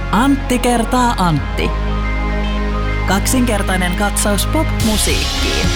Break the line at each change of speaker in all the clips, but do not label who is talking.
Antti kertaa Antti. Kaksinkertainen katsaus pop-musiikkiin.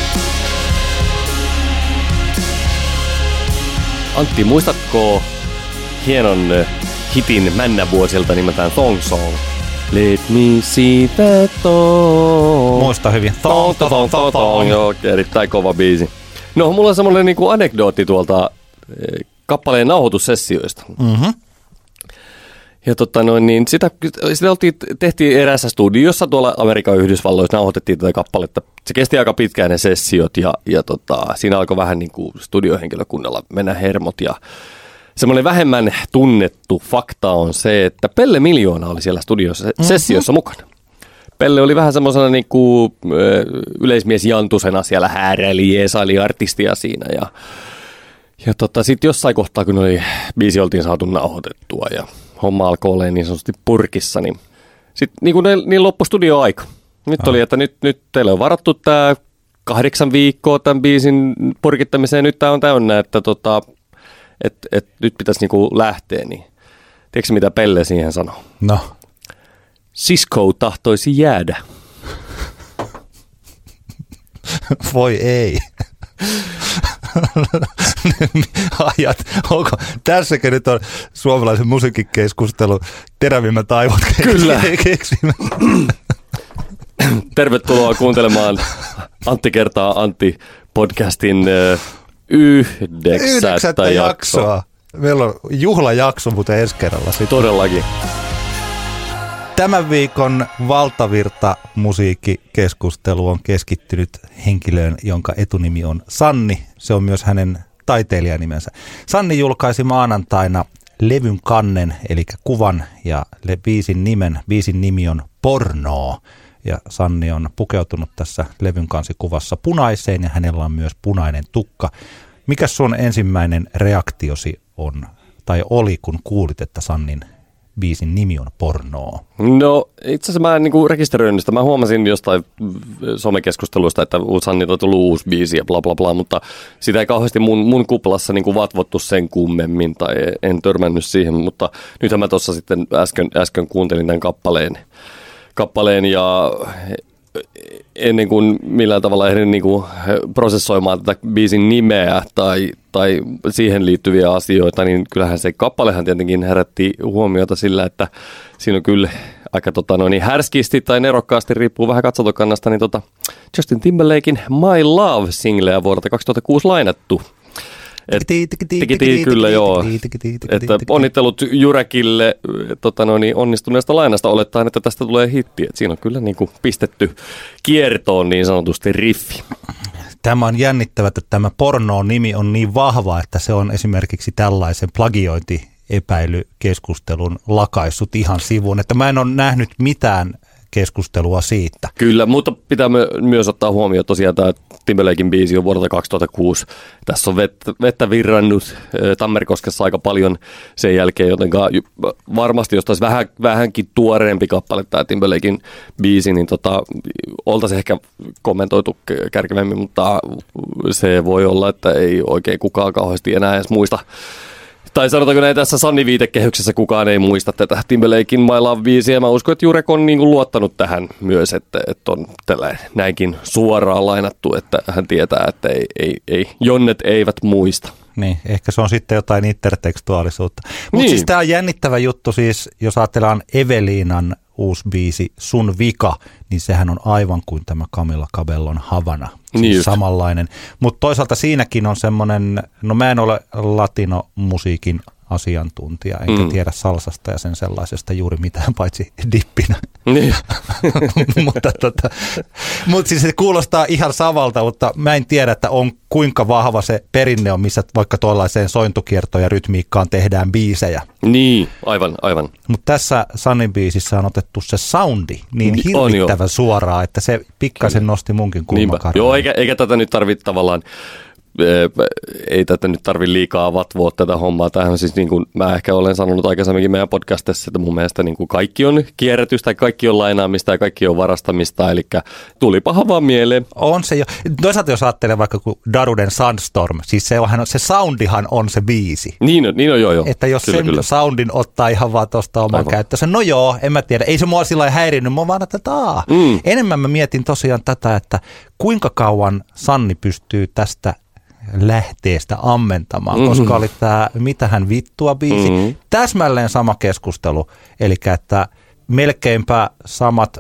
Antti, muistatko hienon hitin männävuosilta nimeltään Thong Song? Let me see that thong.
Muista hyvin.
Thong. Joo, erittäin kova biisi. No, mulla on semmoinen niinku anekdootti tuolta kappaleen nauhoitussessioista.
Mm-hmm.
Ja niin sitä tehtiin eräässä studiossa tuolla Amerikan Yhdysvalloissa, nauhoitettiin tätä kappaletta. Se kesti aika pitkään ne sessiot ja siinä alkoi vähän niin kuin studiohenkilökunnalla mennä hermot. Ja semmoinen vähemmän tunnettu fakta on se, että Pelle Miljoona oli siellä studiossa sessiossa mukana. Pelle oli vähän semmoisena niin kuin yleismies Jantusena siellä hääräili, jeesaili artistia siinä ja sitten jossain kohtaa, kun biisi oltiin saatu nauhoitettua ja homma alkoi olemaan niin sanotusti purkissa, niin sitten niin loppui studioaika. Nyt oli, että nyt teille on varattu tämä 8 viikkoa tämän biisin purkittamiseen, nyt tämä on täynnä, että nyt pitäisi niinku lähteä. Niin. Tiedätkö mitä Pelle siihen sanoo?
No.
Sisko tahtoisi jäädä.
Voi ei. Ajat, onko tässäkö nyt on suomalaisen musiikkikeskustelu terävimmät aivot keksimät?
Tervetuloa kuuntelemaan Antti kertaa Antti podcastin 9. jaksoa.
Meillä on juhlajakso, mutta ensi kerralla sitten.
Todellakin.
Tämän viikon valtavirta musiikkikeskustelu on keskittynyt henkilöön, jonka etunimi on Sanni. Se on myös hänen taiteilijanimensä. Sanni julkaisi maanantaina levyn kannen, eli kuvan ja biisin nimen. Biisin nimi on Pornoo. Ja Sanni on pukeutunut tässä levyn kansikuvassa punaiseen ja hänellä on myös punainen tukka. Mikä sun ensimmäinen reaktiosi on tai oli, kun kuulit, että Sannin biisin nimi on Pornoo? No
itse asiassa mä niinku rekisteröinnistä. Mä huomasin jostain somekeskusteluista, että Sannilta on tullut uusi biisi ja bla bla bla, mutta sitä ei kauheasti mun kuplassa niinku vatvottu sen kummemmin tai en törmännyt siihen, mutta nythän mä tuossa sitten äsken kuuntelin tämän kappaleen ja ennen kuin millään tavalla ehdin niinku prosessoimaan tätä biisin nimeä tai siihen liittyviä asioita, niin kyllähän se kappalehan tietenkin herätti huomiota sillä, että siinä on kyllä aika härskisti tai nerokkaasti, riippuu vähän katsotokannasta, niin Justin Timberlaken My Love-singleä vuodelta 2006 lainattu. Kyllä joo, että onnittelut Jurekille onnistuneesta lainasta, olettaen, että tästä tulee hitti. Et siinä on kyllä niin kuin pistetty kiertoon niin sanotusti riffi.
Tämä on jännittävää, että tämä Pornoon nimi on niin vahva, että se on esimerkiksi tällaisen plagiointiepäilykeskustelun lakaissut ihan sivuun. Että mä en ole nähnyt mitään keskustelua siitä.
Kyllä, mutta pitää myös ottaa huomioon tosiaan tämä Timberlaken biisi on vuodelta 2006. Tässä on vettä virrannut Tammerkoskessa aika paljon sen jälkeen, jotenka varmasti jos taisi vähänkin tuoreempi kappale tämä Timberlaken biisi, niin oltaisiin ehkä kommentoitu kärkevämmin, mutta se voi olla, että ei oikein kukaan kauheasti enää edes muista. Tai sanotaanko näin, tässä Sanni-viitekehyksessä kukaan ei muista tätä Timberlaken My Love-biisiä. Mä uskon, että Jurek on niin luottanut tähän myös, että on näinkin suoraan lainattu, että hän tietää, että ei jonnet eivät muista.
Niin, ehkä se on sitten jotain intertekstuaalisuutta. Mutta siis tämä on jännittävä juttu, siis jos ajatellaan Eveliinan uusi biisi Sun vika, niin sehän on aivan kuin tämä Camila Cabellon Havana. Siis niin samanlainen. Mutta toisaalta siinäkin on semmoinen, no mä en ole latinomusiikin asiantuntija, enkä tiedä salsasta ja sen sellaisesta juuri mitään, paitsi dippinä.
Niin.
mutta siis se kuulostaa ihan samalta, mutta mä en tiedä, että on kuinka vahva se perinne on, missä vaikka tuollaiseen sointukiertoon ja rytmiikkaan tehdään biisejä.
Niin, aivan.
Mutta tässä Sannin biisissä on otettu se soundi niin hirvittävän suoraan, että se pikkasen nosti munkin kulmakarvoja.
Joo, eikä tätä nyt tarvitse tavallaan ei tätä nyt tarvitse liikaa vatvoa tätä hommaa. Tämähän siis niin kuin mä ehkä olen sanonut aikaisemminkin meidän podcastissa, että mun mielestä niin kuin kaikki on kierrätystä, kaikki on lainaamista ja kaikki on varastamista, eli tulipahan vaan mieleen.
On se jo. Toisaalta jos ajattelee vaikka kuin Daruden Sandstorm, siis se soundihan on se biisi.
Niin on joo.
Että jos kyllä. Soundin ottaa ihan vaan tuosta oman käyttöönsä, no joo, en mä tiedä. Ei se mua sillä lailla häirinyt, mä vaan, että enemmän mä mietin tosiaan tätä, että kuinka kauan Sanni pystyy tästä lähteestä ammentamaan, koska oli tämä Mitähän vittua biisi. Täsmälleen sama keskustelu, eli että melkeinpä samat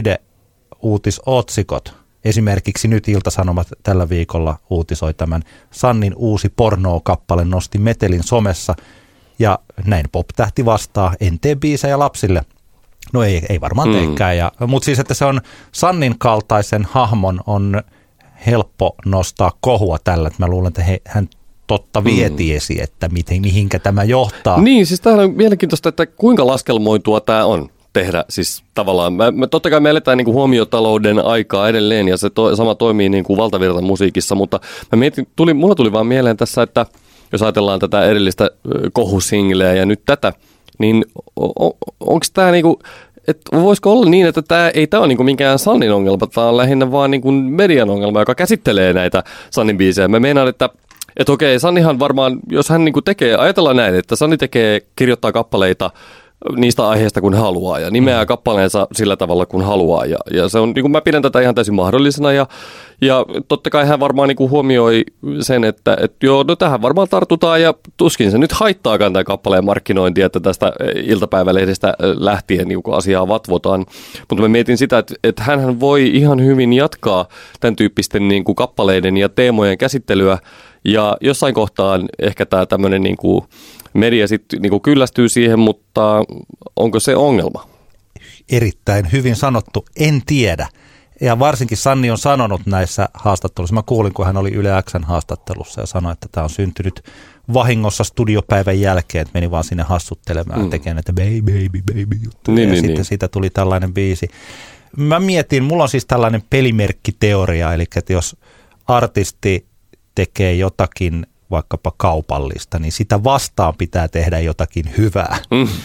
viihdeuutisotsikot. Esimerkiksi nyt Ilta-Sanomat tällä viikolla uutisoi tämän Sannin uusi pornoo-kappale nosti metelin somessa ja näin pop-tähti vastaa, en tee biisejä lapsille. No ei varmaan teekään, mutta siis että se on Sannin kaltaisen hahmon on helppo nostaa kohua tällä, että mä luulen, että hän totta vietiesi, että mihinkä tämä johtaa.
Niin, siis tämä on mielenkiintoista, että kuinka laskelmoitua tämä on tehdä. Siis tavallaan, totta kai me eletään niin kuin huomiotalouden aikaa edelleen ja se sama toimii niin kuin valtavirran musiikissa, mutta mulla tuli vaan mieleen tässä, että jos ajatellaan tätä edellistä kohusingleä ja nyt tätä, niin onko tämä niinku, että voisiko olla niin, että tämä ei ole niinku minkään Sannin ongelma, tämä on lähinnä vaan niinku median ongelma, joka käsittelee näitä Sannin biisejä. Mä meinaan, että okei, Sannihan varmaan, jos hän niinku ajatellaan näin, että Sanni kirjoittaa kappaleita niistä aiheista kun haluaa ja nimeää kappaleensa sillä tavalla kun haluaa ja se on, niin kuin mä pidän tätä ihan täysin mahdollisena ja totta kai hän varmaan niin kuin huomioi sen, että joo, no tähän varmaan tartutaan ja tuskin se nyt haittaakaan tämän kappaleen markkinointia, että tästä iltapäivälehdestä lähtien niin kun asiaa vatvotaan, mutta mä mietin sitä, että hänhän voi ihan hyvin jatkaa tämän tyyppisten niin kuin kappaleiden ja teemojen käsittelyä ja jossain kohtaan ehkä tämä tämmöinen niin kuin media sitten niin kyllästyy siihen, mutta onko se ongelma?
Erittäin hyvin sanottu, en tiedä. Ja varsinkin Sanni on sanonut näissä haastatteluissa. Mä kuulin, kun hän oli Yle X:n haastattelussa ja sanoi, että tämä on syntynyt vahingossa studiopäivän jälkeen, että meni vaan sinne hassuttelemaan tekemään näitä baby juttuja. Ja sitten siitä tuli tällainen biisi. Mä mietin, mulla on siis tällainen pelimerkkiteoria, eli että jos artisti tekee jotakin vaikkapa kaupallista, niin sitä vastaan pitää tehdä jotakin hyvää.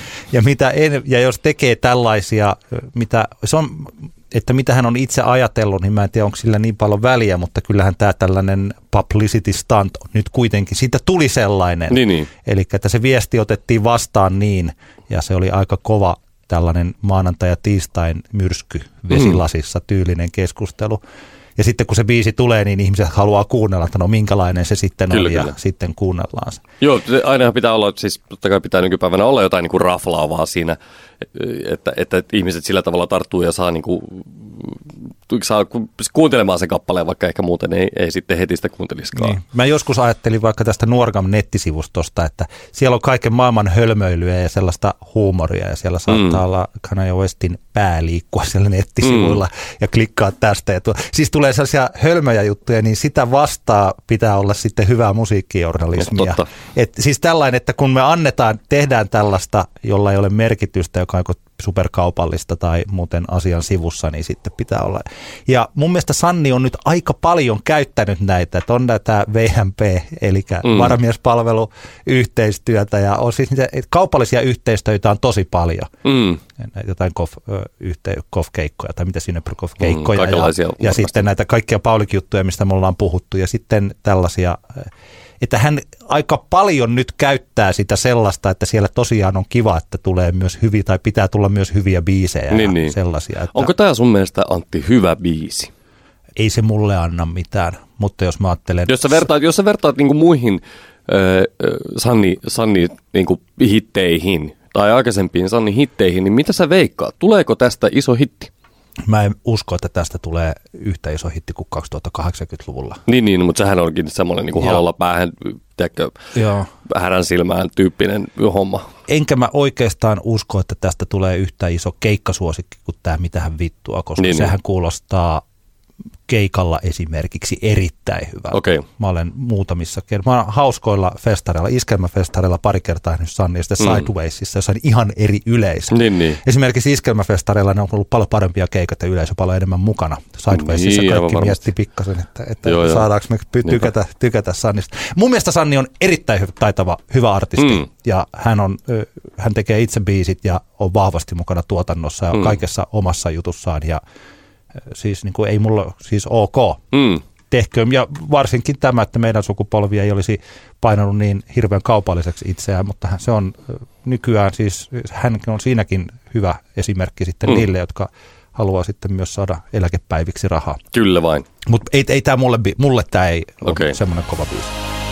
Ja jos tekee tällaisia, mitä hän on itse ajatellut, niin mä en tiedä, onko sillä niin paljon väliä, mutta kyllähän tämä tällainen publicity stunt nyt kuitenkin, siitä tuli sellainen. Niin. Eli että se viesti otettiin vastaan niin, ja se oli aika kova tällainen maanantai- ja tiistain myrsky vesilasissa tyylinen keskustelu. Ja sitten kun se biisi tulee, niin ihmiset haluaa kuunnella, että no minkälainen se sitten on ja sitten kuunnellaan se. Joo,
ainahan pitää olla, siis totta kai pitää nykypäivänä olla jotain niin kuin raflaavaa siinä, että ihmiset sillä tavalla tarttuu ja saa, niin kuin, saa kuuntelemaan sen kappaleen, vaikka ehkä muuten ei sitten heti sitä kuunteliskaan.
Niin. Mä joskus ajattelin vaikka tästä Nuorgam-nettisivustosta, että siellä on kaiken maailman hölmöilyä ja sellaista huumoria ja siellä saattaa olla Kanye Westin pää liikkua siellä nettisivuilla ja klikkaa tästä. Ja siis tulee sellaisia hölmöjä juttuja, niin sitä vastaan pitää olla sitten hyvää musiikkijournalismia. No, siis tällainen, että kun me tehdään tällaista, jolla ei ole merkitystä, joka on superkaupallista tai muuten asian sivussa, niin sitten pitää olla. Ja mun mielestä Sanni on nyt aika paljon käyttänyt näitä, että on näitä VMP, eli varamiespalveluyhteistyötä, ja on siis niitä kaupallisia yhteistyötä on tosi paljon. Jotain KOF-keikkoja, tai mitä Synepro-KOF-keikkoja, ja sitten näitä kaikkia Paulik-juttuja, mistä me ollaan puhuttu, ja sitten tällaisia, että hän aika paljon nyt käyttää sitä sellaista, että siellä tosiaan on kiva, että tulee myös hyviä, tai pitää tulla myös hyviä biisejä ja sellaisia. Että
onko tämä sun mielestä, Antti, hyvä biisi?
Ei se mulle anna mitään, mutta jos mä ajattelen...
Jos sä vertaat niin kuin muihin Sanni niin kuin hitteihin, tai aikaisempiin Sanni hitteihin, niin mitä sä veikkaat? Tuleeko tästä iso hitti?
Mä en usko, että tästä tulee yhtä iso hitti kuin 2080-luvulla.
Niin, mutta sehän onkin semmoinen niin kuin halolla päähän, härän silmään tyyppinen homma.
Enkä mä oikeastaan usko, että tästä tulee yhtä iso keikkasuosikki kuin tämä Mitähän vittua, koska sehän kuulostaa keikalla esimerkiksi erittäin hyvä.
Okay.
Mä olen muutamissa mä olen hauskoilla festareilla, iskelmäfestareilla pari kertaa nyt Sanni ja sitten Sidewaysissa, jossa on ihan eri yleisö.
Niin.
Esimerkiksi iskelmäfestareilla ne on ollut paljon parempia keikoita, yleisö paljon enemmän mukana. Sidewaysissa kaikki mietti pikkasen, että saadaanko me tykätä Sannista. Mun mielestä Sanni on erittäin taitava, hyvä artisti ja hän tekee itse biisit ja on vahvasti mukana tuotannossa ja kaikessa omassa jutussaan ja siis niin kuin ei mulla siis ok. Tehköön. Ja varsinkin tämä, että meidän sukupolvi ei olisi painanut niin hirveän kaupalliseksi itseään, mutta se on nykyään siis, hän on siinäkin hyvä esimerkki sitten niille, jotka haluaa sitten myös saada eläkepäiviksi rahaa.
Kyllä vain.
Mutta ei tämä mulle tämä ei ole semmoinen kova biisi.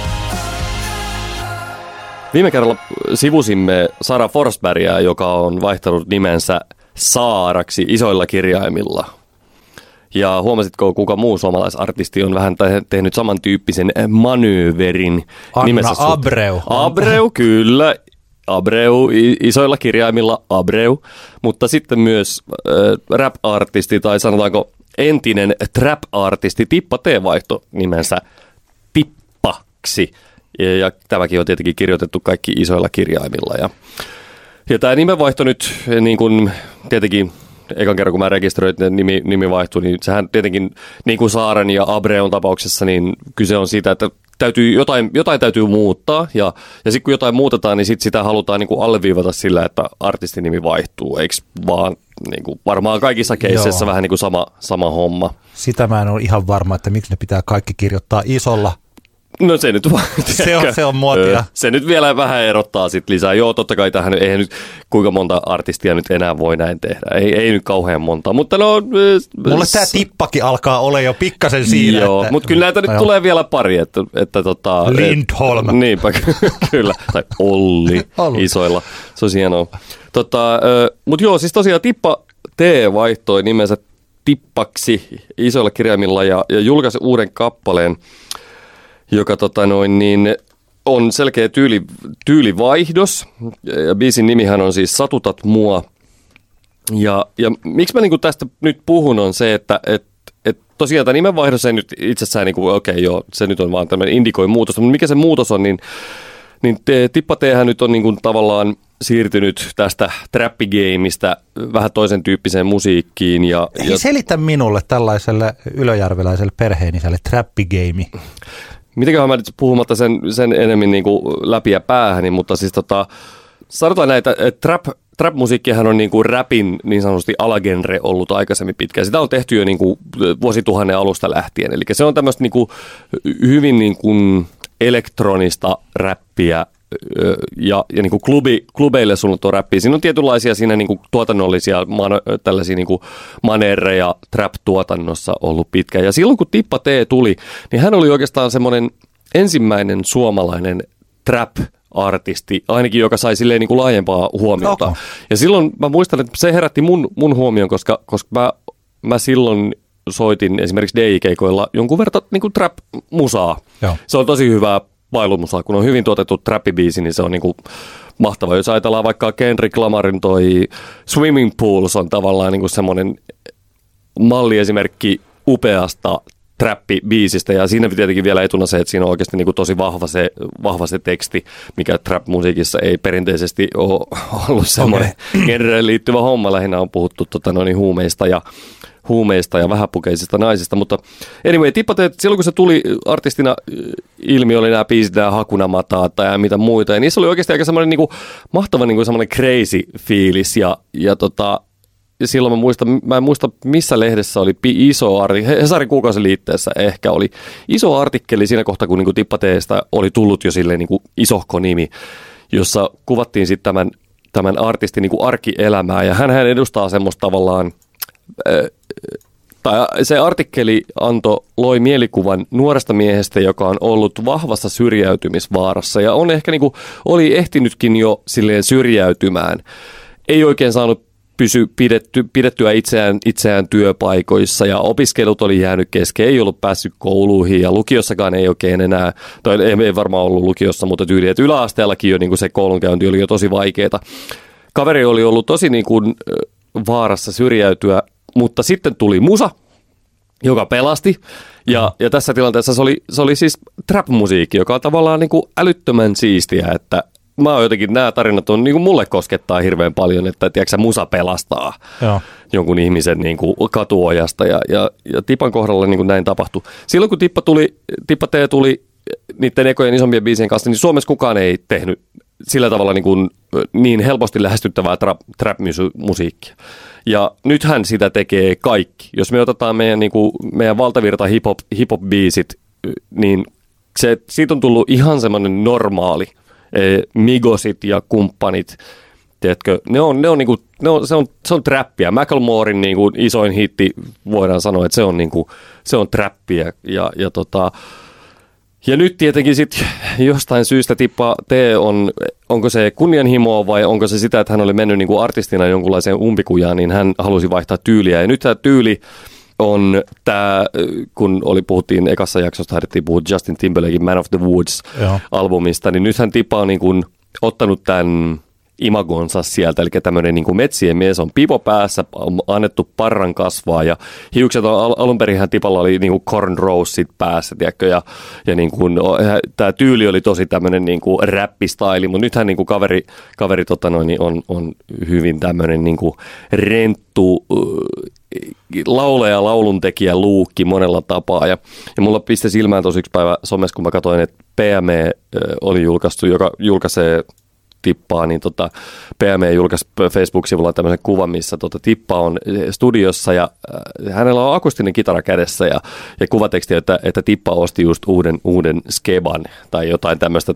Viime kerralla sivusimme Sara Forsbergia, joka on vaihtanut nimensä Saaraksi isoilla kirjaimilla. Ja huomasitko, kuka muu suomalaisartisti on vähän tehnyt samantyyppisen manööverin?
Anna Abreu.
Abreu, kyllä. Abreu, isoilla kirjaimilla Abreu. Mutta sitten myös rap-artisti, tai sanotaanko entinen trap-artisti Tippa T vaihto nimensä Tippaksi. Ja tämäkin on tietenkin kirjoitettu kaikki isoilla kirjaimilla. Ja tämä nimenvaihto nyt niin kuin tietenkin ekan kerran, kun mä rekisteröin, että nimi vaihtui, niin sehän tietenkin, niin kuin Saaren ja Abreon tapauksessa, niin kyse on siitä, että jotain täytyy muuttaa, ja sitten kun jotain muutetaan, niin sit sitä halutaan niin kuin alleviivata sillä, että artistin nimi vaihtuu, eikö vaan niin kuin varmaan kaikissa keisseissä vähän niin kuin sama homma.
Sitä mä en ole ihan varma, että miksi ne pitää kaikki kirjoittaa isolla.
No se nyt
se on muotia.
Se nyt vielä vähän erottaa sit lisää. Joo, totta kai tähän eihän nyt kuinka monta artistia nyt enää voi näin tehdä. Ei nyt kauhean monta, mutta no...
Mulle tämä Tippakin alkaa olla jo pikkasen siinä.
Joo, mutta kyllä näitä nyt tulee vielä pari, että
Lindholm.
Niinpä, kyllä. Tai Olli isoilla. Se olisi hienoa. Mutta joo, siis tosiaan Tippa T vaihtoi nimensä Tippaksi isoilla kirjaimilla ja julkaisi uuden kappaleen, joka on selkeä tyylivaihdos. Ja biisin nimihän on siis Satutat mua. Ja miksi mä niinku tästä nyt puhun on se, että tosiaan tämä nimenvaihdos ei nyt itsessään, se nyt on vaan tämmöinen indikoi muutosta, mutta mikä se muutos on, niin Tippa T:hän nyt on niinku tavallaan siirtynyt tästä trappigeimistä vähän toisen tyyppiseen musiikkiin.
Selitä minulle tällaiselle ylöjärveläiselle perheeniselle trappigeimi.
Mitenköhän mä nyt puhumatta sen enemmän niin kuin läpi ja päähäni, mutta siis sanotaan näitä, että trap-musiikkihan on niin kuin rapin niin sanotusti alagenre ollut aikaisemmin pitkään. Sitä on tehty jo niin kuin vuosituhannen alusta lähtien, eli se on tämmöistä niin kuin hyvin niin kuin elektronista räppiä ja niin kuin klubeille suunnattua räppiä. Siinä on tietynlaisia siinä niin kuin tuotannollisia tällaisia niin kuin maneereja trap-tuotannossa ollut pitkään. Ja silloin kun Tippa T tuli, niin hän oli oikeastaan semmoinen ensimmäinen suomalainen trap-artisti, ainakin joka sai silleen niin kuin laajempaa huomiota. Okay. Ja silloin mä muistan, että se herätti mun huomion, koska mä silloin soitin esimerkiksi DJ-keikoilla jonkun verran niin kuin trap-musaa. Joo. Se on tosi hyvää vailumusaa, kun on hyvin tuotettu trappibiisi, niin se on niinku mahtava. Jos ajatellaan vaikka Kendrick Lamarin toi Swimming Pools on tavallaan niinku semmoinen malliesimerkki upeasta trappibiisistä, ja siinä tietenkin vielä etuna se, että siinä on oikeasti niinku tosi vahva se teksti, mikä trap-musiikissa ei perinteisesti ole ollut semmoinen genreen liittyvä homma. Lähinnä on puhuttu huumeista ja vähäpukeisista naisista, mutta anyway, Tippa T, silloin kun se tuli artistina ilmi, oli nämä biisit, nämä Hakuna Matata ja mitä muita, ja niissä oli oikeasti aika semmoinen niinku mahtava niinku semmoinen crazy fiilis, ja silloin mä en muista missä lehdessä oli iso artikkeli, Hesarin kuukausiliitteessä ehkä oli iso artikkeli siinä kohtaa, kun niinku Tippa T:stä oli tullut jo silleen niinku isohko nimi, jossa kuvattiin sitten tämän artistin niinku arkielämää, ja hän edustaa semmoista tavallaan tai se artikkeli loi mielikuvan nuoresta miehestä, joka on ollut vahvassa syrjäytymisvaarassa ja on ehkä oli ehtinytkin jo silleen syrjäytymään. Ei oikein saanut pidettyä itseään työpaikoissa ja opiskelut oli jäänyt kesken, ei ollut päässyt kouluihin ja lukiossakaan ei oikein enää, tai ei varmaan ollut lukiossa, mutta tyyli, että yläasteellakin jo se koulunkäynti oli jo tosi vaikeaa. Kaveri oli ollut tosi vaarassa syrjäytyä, mutta sitten tuli musa joka pelasti. Ja tässä tilanteessa se oli siis trap-musiikki, joka on tavallaan niin kuin älyttömän siistiä, että mä oon jotenkin, nämä tarinat on, niin kuin mulle koskettaa hirveän paljon, että tiedätkö, musa pelastaa jonkun ihmisen niin kuin katuojasta ja Tipan kohdalla niin kuin näin tapahtui. Silloin kun Tippa T tuli niiden ekojen isompien biisien kanssa, niin Suomessa kukaan ei tehnyt sillä tavalla niin helposti lähestyttävää trap-musiikkia. Ja nythän sitä tekee kaikki. Jos me otetaan meidän valtavirta hip-hop-biisit, niin siitä on tullut ihan semmoinen normaali. Migosit ja kumppanit, tiedätkö, se on trappia. Macklemoren niin kuin isoin hitti, voidaan sanoa, että se on trappia. Ja nyt tietenkin sitten jostain syystä Tippa T onko se kunnianhimoa vai onko se sitä, että hän oli mennyt niin kuin artistina jonkunlaiseen umpikujaan, niin hän halusi vaihtaa tyyliä. Ja nyt tämä tyyli on tämä, kun puhuttiin ekassa jaksosta, haidettiin puhua Justin Timberlakein Man of the Woods-albumista, niin nythän Tippa on niin kuin ottanut tämän imagonsa sieltä, eli tämmöinen niin kuin metsien mies on pipo päässä, on annettu parran kasvaa ja hiukset alunperinhän Tipalla oli niin kuin cornrowsit päässä, tiedätkö, ja niin kuin, tämä tyyli oli tosi tämmöinen niin kuin räppistaili, mutta nythän niin kuin kaveri on hyvin tämmöinen niin kuin renttu laulaja, lauluntekijä, luukki monella tapaa ja mulla pisti silmään tosi yksi päivä somessa, kun mä katsoin, että PME oli julkaistu, joka julkaisee Tippaa, niin PME julkaisi Facebook-sivulla tämmöisen kuvan, missä Tippa on studiossa ja hänellä on akustinen kitara kädessä ja kuvateksti, että Tippa osti just uuden skeban tai jotain tämmöistä.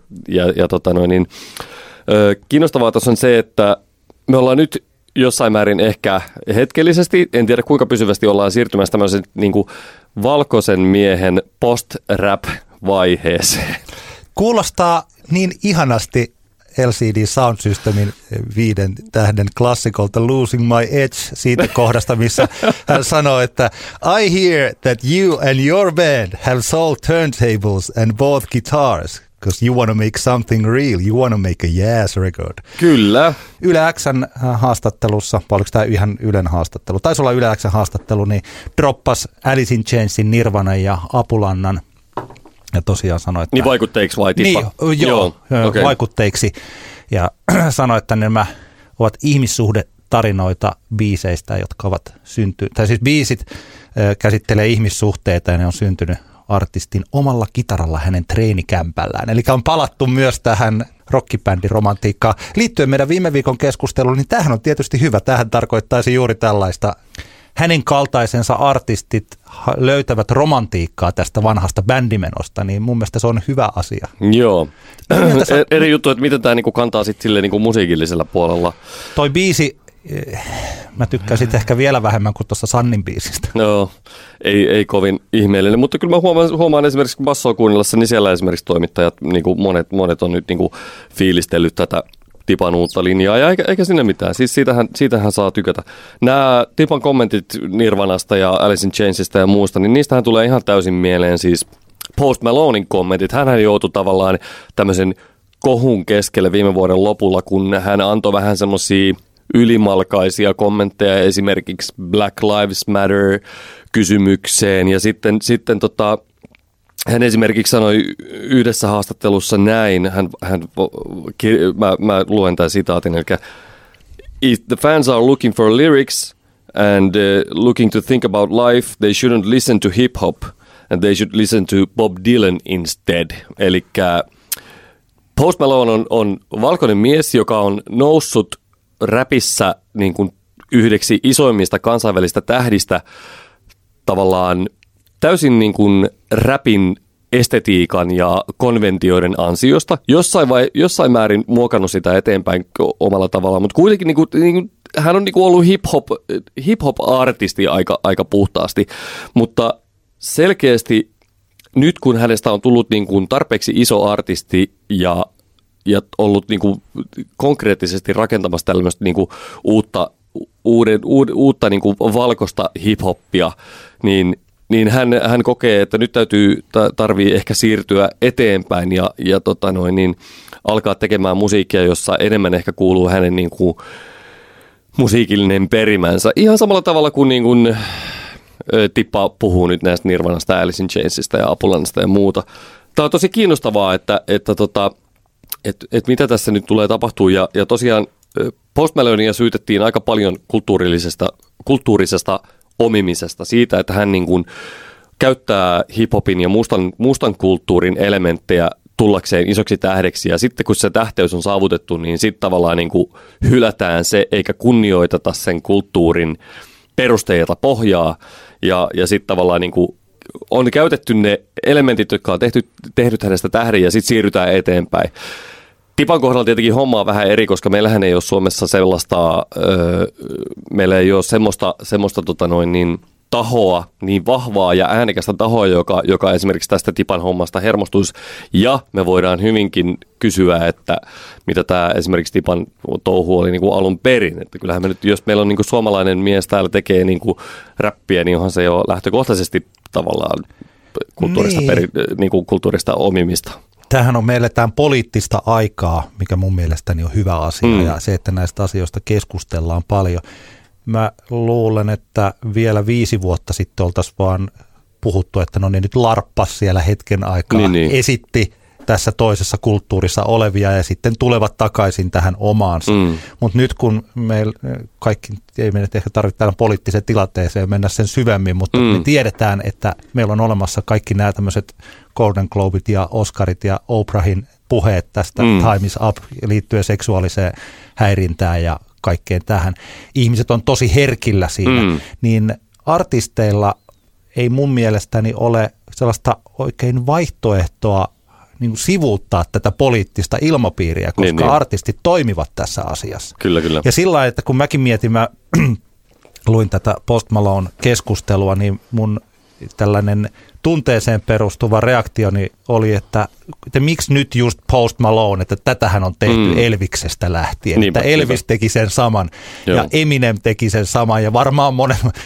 Kiinnostavaa tuossa on se, että me ollaan nyt jossain määrin ehkä hetkellisesti, en tiedä kuinka pysyvästi ollaan siirtymässä tämmöisen niin kuin valkoisen miehen post-rap-vaiheeseen.
Kuulostaa niin ihanasti LCD Sound Systemin 5 tähden klassikolta Losing My Edge siitä kohdasta, missä hän sanoo, että I hear that you and your band have sold turntables and bought guitars because you want to make something real, you want to make a jazz record.
Kyllä.
Yle X:n haastattelussa, oliko tämä ihan Ylen haastattelu, taisi olla Yle X:n haastattelu, niin droppas Alice in Chainsin, Nirvanan ja Apulannan. Ja tosiaan sanoi, että...
Niin vaikutteiksi vai Tippa?
Niin, joo okay. Vaikutteiksi. Ja sanoi, että nämä ovat ihmissuhdetarinoita biiseistä, jotka ovat syntyneet. Tai siis biisit käsittelee ihmissuhteita ja ne on syntynyt artistin omalla kitaralla hänen treenikämpällään. Eli on palattu myös tähän rockibändin romantiikkaan. Liittyen meidän viime viikon keskusteluun, niin tämähän on tietysti hyvä. Tämähän tarkoittaisi juuri tällaista. Hänen kaltaisensa artistit löytävät romantiikkaa tästä vanhasta bändimenosta, niin mun mielestä se on hyvä asia.
Joo. Eri juttu, että miten tämä niinku kantaa sitten silleen niinku musiikillisella puolella.
Toi biisi, mä tykkäsin ehkä vielä vähemmän kuin tuossa Sannin biisistä.
No, ei kovin ihmeellinen, mutta kyllä mä huomaan esimerkiksi bassoa kuunnellessa, niin siellä esimerkiksi toimittajat, niinku monet on nyt niinku fiilistellyt tätä Tipan uutta linjaa, ja eikä sinne mitään. Siis siitähän saa tykätä. Nämä Tipan kommentit Nirvanasta ja Alice in Chainsista ja muusta, niin niistähän tulee ihan täysin mieleen siis Post Malonen kommentit. Hänhän joutui tavallaan tämmöisen kohun keskelle viime vuoden lopulla, kun hän antoi vähän semmoisia ylimalkaisia kommentteja esimerkiksi Black Lives Matter -kysymykseen, ja sitten hän esimerkiksi sanoi yhdessä haastattelussa näin, mä luen tämän sitaatin, eli if the fans are looking for lyrics and looking to think about life, they shouldn't listen to hip-hop and they should listen to Bob Dylan instead. Eli Post Malone on valkoinen mies, joka on noussut räpissä niin kuin yhdeksi isoimmista kansainvälistä tähdistä tavallaan täysin niin kuin räpin estetiikan ja konventioiden ansiosta. Jossain määrin muokannut sitä eteenpäin omalla tavallaan, mutta kuitenkin niin kuin, hän on niin kuin ollut hip-hop-artisti aika puhtaasti, mutta selkeästi nyt kun hänestä on tullut niin kuin tarpeeksi iso artisti ja ollut niin kuin konkreettisesti rakentamassa tällaista niin kuin uutta niin kuin valkoista hip-hoppia, niin hän kokee, että nyt tarvii ehkä siirtyä eteenpäin ja alkaa tekemään musiikkia, jossa enemmän ehkä kuuluu hänen niin kuin musiikillinen perimänsä. Ihan samalla tavalla kuin, Tippa puhuu nyt näistä Nirvanasta, Alice in Chainsista ja Apulanasta ja muuta. Tämä on tosi kiinnostavaa, että mitä tässä nyt tulee tapahtua. Ja tosiaan Post Malonia syytettiin aika paljon kulttuurisesta omimisesta, siitä, että hän niin kuin käyttää hiphopin ja mustan kulttuurin elementtejä tullakseen isoksi tähdeksi, ja sitten kun se tähteys on saavutettu, niin sitten tavallaan niin kuin hylätään se, eikä kunnioiteta sen kulttuurin perusteita pohjaa, ja sitten tavallaan niin kuin on käytetty ne elementit, jotka on tehnyt hänestä tähden, ja sitten siirrytään eteenpäin. Tipan kohdalla tietenkin homma on vähän eri, koska meillähän ei ole Suomessa sellaista, meillä ei ole semmoista tahoa, niin vahvaa ja äänekästä tahoa, joka esimerkiksi tästä Tipan hommasta hermostuisi. Ja me voidaan hyvinkin kysyä, että mitä tämä esimerkiksi Tipan touhu oli niin kuin alun perin. Että kyllähän me nyt, jos meillä on niin kuin suomalainen mies täällä tekee niin kuin räppiä, niin onhan se jo lähtökohtaisesti tavallaan kulttuurista omimista.
Tämähän on meille tämän poliittista aikaa, mikä mun mielestäni on hyvä asia, ja se, että näistä asioista keskustellaan paljon. Mä luulen, että vielä 5 vuotta sitten oltaisiin vaan puhuttu, että no ne nyt larppas siellä hetken aikaa, esitti tässä toisessa kulttuurissa olevia ja sitten tulevat takaisin tähän omaansa. Mutta nyt kun meillä kaikki, ei meidän ehkä tarvitse tähän poliittiseen tilanteeseen mennä sen syvemmin, mutta me tiedetään, että meillä on olemassa kaikki nämä tämmöiset Golden Globet ja Oscarit ja Oprahin puheet tästä Time is Up liittyen seksuaaliseen häirintään ja kaikkeen tähän. Ihmiset on tosi herkillä siinä, niin artisteilla ei mun mielestäni ole sellaista oikein vaihtoehtoa niin kuin sivuuttaa tätä poliittista ilmapiiriä, koska artistit toimivat tässä asiassa.
Kyllä.
Ja sillä lailla, että kun mäkin mietin, mä luin tätä Post Malone -keskustelua, niin mun tällainen tunteeseen perustuva reaktioni oli, että miksi nyt just Post Malone, että tätähän on tehty Elviksestä lähtien. Niinpä, että Elvis teki sen saman ja Eminem teki sen saman ja varmaan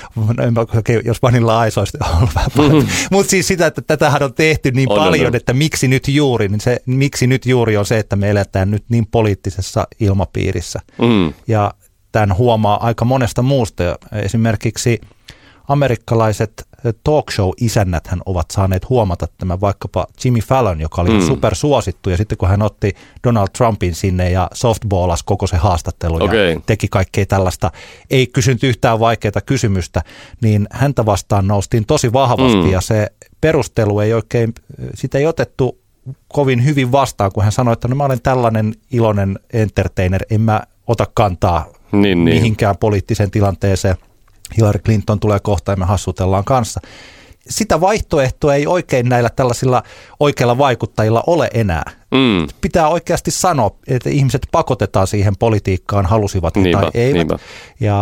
jos Vanilla Ice olisi ollut vähän paljon. Mutta siis sitä, että tätähän on tehty niin paljon, että miksi nyt juuri, niin se miksi nyt juuri on se, että me eletään nyt niin poliittisessa ilmapiirissä. Ja tämän huomaa aika monesta muusta. Esimerkiksi amerikkalaiset talk show-isännäthän ovat saaneet huomata tämän, vaikkapa Jimmy Fallon, joka oli supersuosittu, ja sitten kun hän otti Donald Trumpin sinne ja softballasi koko se haastattelu ja teki kaikkea tällaista, ei kysynyt yhtään vaikeaa kysymystä, niin häntä vastaan noustiin tosi vahvasti, ja se perustelu ei oikein, sitä ei otettu kovin hyvin vastaan, kun hän sanoi, että no mä olen tällainen iloinen entertainer, en mä ota kantaa mihinkään poliittiseen tilanteeseen. Hillary Clinton tulee kohta ja me hassutellaan kanssa. Sitä vaihtoehtoa ei oikein näillä tällaisilla oikeilla vaikuttajilla ole enää. Pitää oikeasti sanoa, että ihmiset pakotetaan siihen politiikkaan, halusivat tai eivät. Niinpä. Ja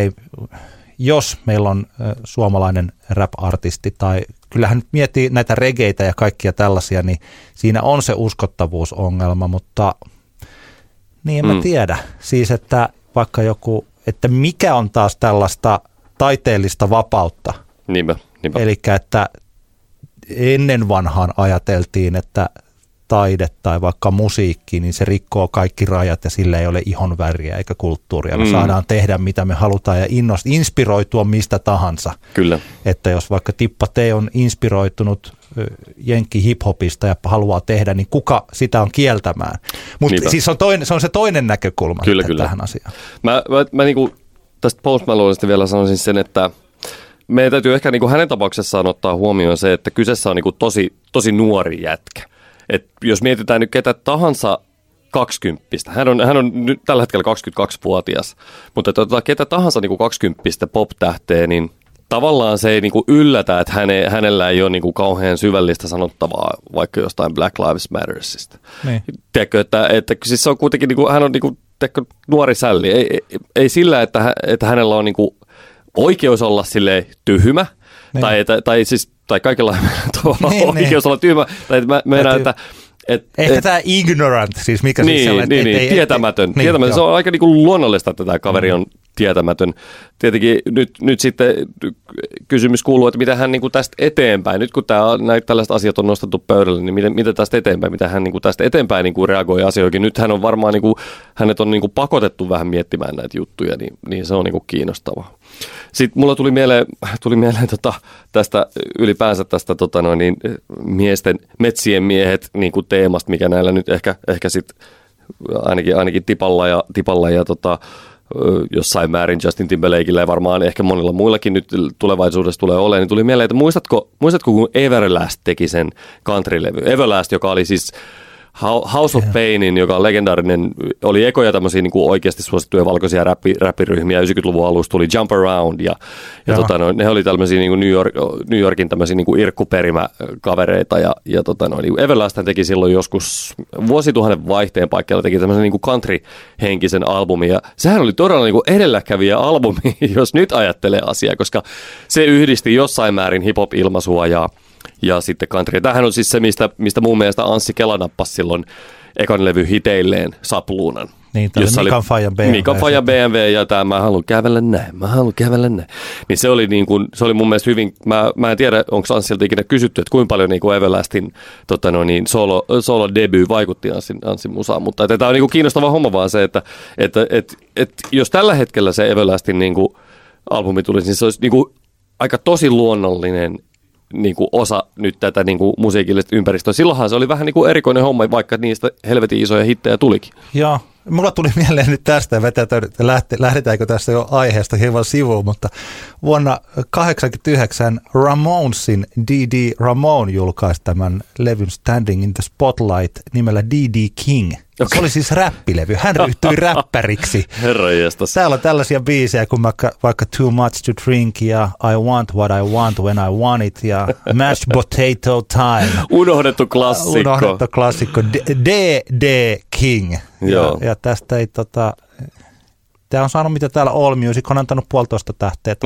jos meillä on suomalainen rap-artisti tai kyllähän nyt miettii näitä regeitä ja kaikkia tällaisia, niin siinä on se uskottavuusongelma, mutta niin en mä tiedä. Siis, että vaikka joku, että mikä on taas tällaista taiteellista vapautta.
Niinpä.
Eli että ennen vanhaan ajateltiin, että taide tai vaikka musiikki, niin se rikkoo kaikki rajat ja sillä ei ole ihonväriä eikä kulttuuria. Me saadaan tehdä mitä me halutaan ja inspiroitua mistä tahansa.
Kyllä.
Että jos vaikka Tippa T on inspiroitunut jenkki hiphopista ja haluaa tehdä, niin kuka sitä on kieltämään? Mutta siis se on se toinen näkökulma tähän asiaan.
Mä niinku tästä Post Malonesta vielä sanoisin sen, että meidän täytyy ehkä niinku hänen tapauksessaan ottaa huomioon se, että kyseessä on niinku tosi nuori jätkä. Et jos mietitään nyt ketä tahansa 20, hän on nyt tällä hetkellä 22-vuotias, mutta ketä tahansa niinku 20 pop-tähteä, niin tavallaan se ei niinku yllätä, että hänellä ei ole niinku kauhean syvällistä sanottavaa vaikka jostain Black Lives Mattersista. Niin. Tiedätkö, että siis se on kuitenkin, niinku, hän on niinku, nuori sälli. Ei sillä, että hänellä on niinku oikeus olla silleen tyhmä, niin. tai kaikilla oikeus olla tyhmä, tai meinaan, että
ehkä tämä ignorant, siis mikä siis sellainen,
tietämätön. Se on aika niinku luonnollista, että tämä kaveri on tietämätön. Tietenkin nyt sitten kysymys kuuluu, että mitä hän niin kuin tästä eteenpäin, nyt kun näitä tällaiset asiat on nostettu pöydälle, niin mitä tästä eteenpäin, mitä hän niin kuin tästä eteenpäin niin kuin reagoi asioihin. Nyt hän on varmaan, niin kuin, hänet on niin kuin pakotettu vähän miettimään näitä juttuja, niin se on niin kuin kiinnostavaa. Sitten mulla tuli mieleen tästä ylipäänsä tästä metsien miehet niin kuin teemasta, mikä näillä nyt ehkä sitten ainakin tipalla ja jossain määrin Justin Timberlakeillä ja varmaan ehkä monilla muillakin nyt tulevaisuudessa tulee olemaan, niin tuli mieleen, että muistatko kun Everlast teki sen country-levy? Everlast, joka oli siis House of Painin, joka on legendaarinen, oli ekoja tämmöisiä niin kuin oikeasti suosittuja valkoisia räppiryhmiä. 90-luvun alussa tuli Jump Around ja ne oli tämmöisiä niin kuin New Yorkin tämmöisiä niin kuin irkkuperimäkavereita ja niin Everlast teki silloin joskus vuosituhannen vaihteen paikkeilla teki tämmöisen niin kuin country-henkisen albumin ja sehän oli todella niin kuin edelläkävijä albumi, jos nyt ajattelee asiaa, koska se yhdisti jossain määrin hip-hop-ilmaisua ja sitten country. Tämähän on siis se, mistä mun mielestä Anssi Kela nappasi silloin ekan levy hiteilleen sapluunan.
Niin, tämä
Mikan Fajan BMW ja tämä mä haluan kävellä näin. Niin se oli mun mielestä hyvin, mä en tiedä, onko Anssilta ikinä kysytty, että kuinka paljon niin Everlastin solo debut vaikutti Anssin musaan, mutta tämä on niin kuin kiinnostava homma vaan se, että jos tällä hetkellä se Everlastin niin kuin albumi tulisi, niin se olisi niin kuin aika tosi luonnollinen niin kuin osa nyt tätä niin kuin musiikillista ympäristöä. Silloinhan se oli vähän niin kuin erikoinen homma, vaikka niistä helvetin isoja hittejä tulikin.
Joo, mulla tuli mieleen nyt tästä, lähdetäänkö tästä jo aiheesta hieman sivuun, mutta vuonna 1989 Ramonesin D.D. Ramone julkaisi tämän levyn Standing in the Spotlight nimellä D.D. King. Okay. Se oli siis räppilevy. Hän ryhtyi räppäriksi.
Herranjestas.
Täällä on tällaisia biisejä kuin vaikka Too Much to Drink ja I Want What I Want When I Want It ja Mashed Potato Time.
Unohdettu klassikko.
D.D. King. Ja tästä ei tämä on saanut mitä täällä All Music on antanut 1,5 tähteä.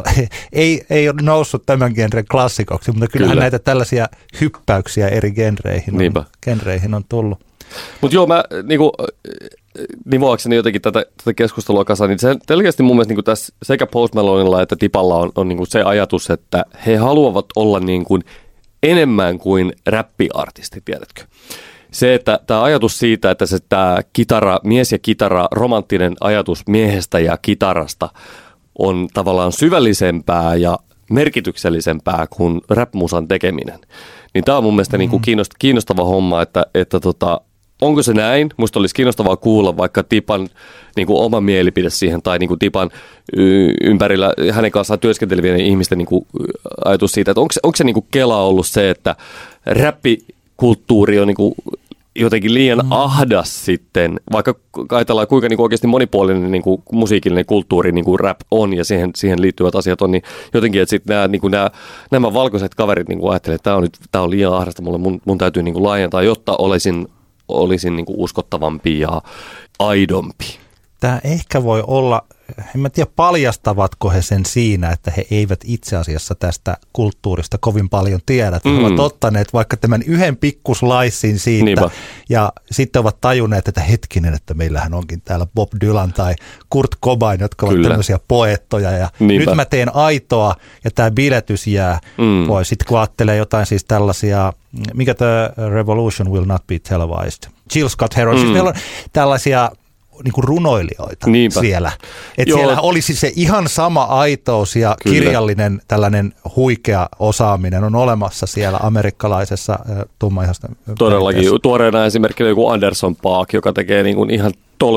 Ei ole noussut tämän genren klassikoksi, mutta kyllähän näitä tällaisia hyppäyksiä eri genreihin on tullut.
Mutta joo, mä niinku, nivoakseni jotenkin tätä keskustelua kasaan, niin se selkeästi mun mielestä niinku tässä sekä Post Malonella että Tipalla on niinku se ajatus, että he haluavat olla niinku enemmän kuin räppiartisti, tiedätkö? Se, että tämä ajatus siitä, että tämä mies ja kitara, romanttinen ajatus miehestä ja kitarasta on tavallaan syvällisempää ja merkityksellisempää kuin rap-musan tekeminen. Niin tämä on mun mielestä niinku kiinnostava homma, että onko se näin? Musta olisi kiinnostavaa kuulla vaikka Tipan niinku oma mielipide siihen tai niinku Tipan ympärillä hänen kanssaan työskentelevien ihmisten niinku ajatus siitä, että onko se niinku Kela ollut se, että räppikulttuuri on niinku jotenkin liian ahdas sitten, vaikka ajatellaan kuinka niinku oikeasti monipuolinen niinku musiikillinen kulttuuri niinku rap on ja siihen liittyvät asiat on, niin jotenkin, että sitten niinku nämä valkoiset kaverit niinku ajattelee, että tämä on liian ahdasta, mun täytyy niinku laajentaa, jotta olisin niinku uskottavampi ja aidompi.
Tämä ehkä voi olla, en mä tiedä paljastavatko he sen siinä, että he eivät itse asiassa tästä kulttuurista kovin paljon tiedä. He ovat ottaneet vaikka tämän yhden pikkuslaissin siitä. Niinpä. Ja sitten ovat tajunneet, että hetkinen, että meillähän onkin täällä Bob Dylan tai Kurt Cobain, jotka ovat tämmöisiä poettoja. Ja nyt mä teen aitoa ja tämä biletys jää pois. Sitten kun ajattelee jotain siis tällaisia, mikä tämä Revolution Will Not Be Televised, Jill Scott Heron, siis meillä on tällaisia niinku runoilijoita siellä. Että siellä olisi se ihan sama aitous ja kirjallinen tällainen huikea osaaminen on olemassa siellä amerikkalaisessa tummaihosta.
Todellakin. Tuoreena esimerkkinä joku Anderson Paak, joka tekee niinku ihan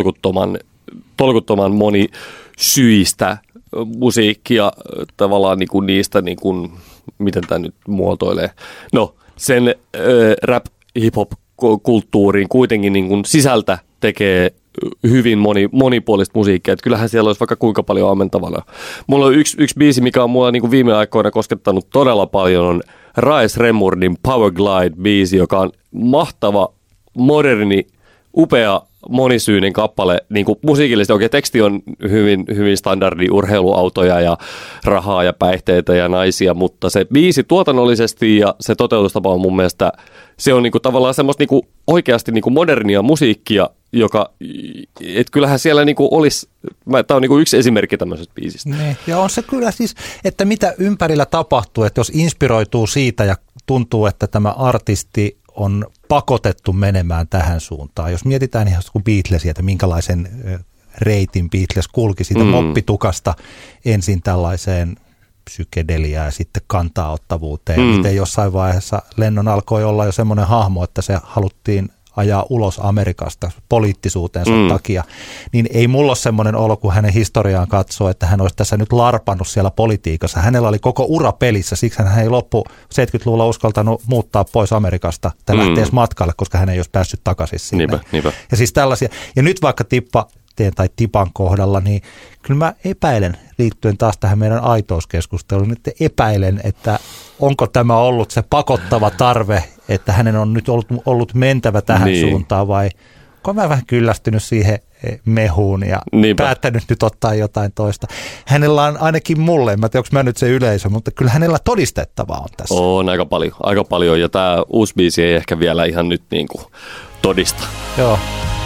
tolkuttoman monisyistä musiikkia tavallaan niinku niistä, niinku, miten tämä nyt muotoilee. No, sen rap hip-hop kulttuuriin kuitenkin niinku sisältä tekee hyvin monipuolista musiikkia. Että kyllähän siellä olisi vaikka kuinka paljon ammentavana. Mulla on yksi biisi, mikä on mulla niin kuin viime aikoina koskettanut todella paljon, on Raes Remurdin Power Glide-biisi, joka on mahtava, moderni, upea, monisyinen kappale. Niin kuin musiikillisesti oikein teksti on hyvin standardi, urheiluautoja ja rahaa ja päihteitä ja naisia, mutta se biisi tuotannollisesti ja se toteutustapa on mun mielestä, se on niin kuin tavallaan semmoista niin kuin oikeasti niin kuin modernia musiikkia, että kyllähän siellä niinku olisi, tämä on niinku yksi esimerkki tämmöisestä biisistä.
Ne, ja on se kyllä siis, että mitä ympärillä tapahtuu, että jos inspiroituu siitä ja tuntuu, että tämä artisti on pakotettu menemään tähän suuntaan. Jos mietitään ihan kuin Beatlesia, että minkälaisen reitin Beatles kulki siitä moppitukasta ensin tällaiseen psykedeliaan ja sitten kantaa-ottavuuteen. Miten jossain vaiheessa Lennon alkoi olla jo semmoinen hahmo, että se haluttiin ajaa ulos Amerikasta poliittisuutensa takia, niin ei mulla ole semmoinen olo, kun hänen historiaan katsoo, että hän olisi tässä nyt larpannut siellä politiikassa. Hänellä oli koko ura pelissä, siksi hän ei loppu 70-luvulla uskaltanut muuttaa pois Amerikasta tai lähteä edes matkalle, koska hän ei olisi päässyt takaisin sinne.
Niinpä.
Ja siis tällaisia. Ja nyt vaikka Tipan kohdalla, niin kyllä mä epäilen, liittyen taas tähän meidän aitouskeskusteluun, että epäilen, että onko tämä ollut se pakottava tarve, että hänen on nyt ollut mentävä tähän suuntaan, vai onko mä vähän kyllästynyt siihen mehuun ja päättänyt nyt ottaa jotain toista. Hänellä on ainakin mulle, en tiedä, onko mä nyt se yleisö, mutta kyllä hänellä todistettavaa on tässä.
On aika paljon, ja tämä uusi biisi ei ehkä vielä ihan nyt niin kuin todista.
Joo.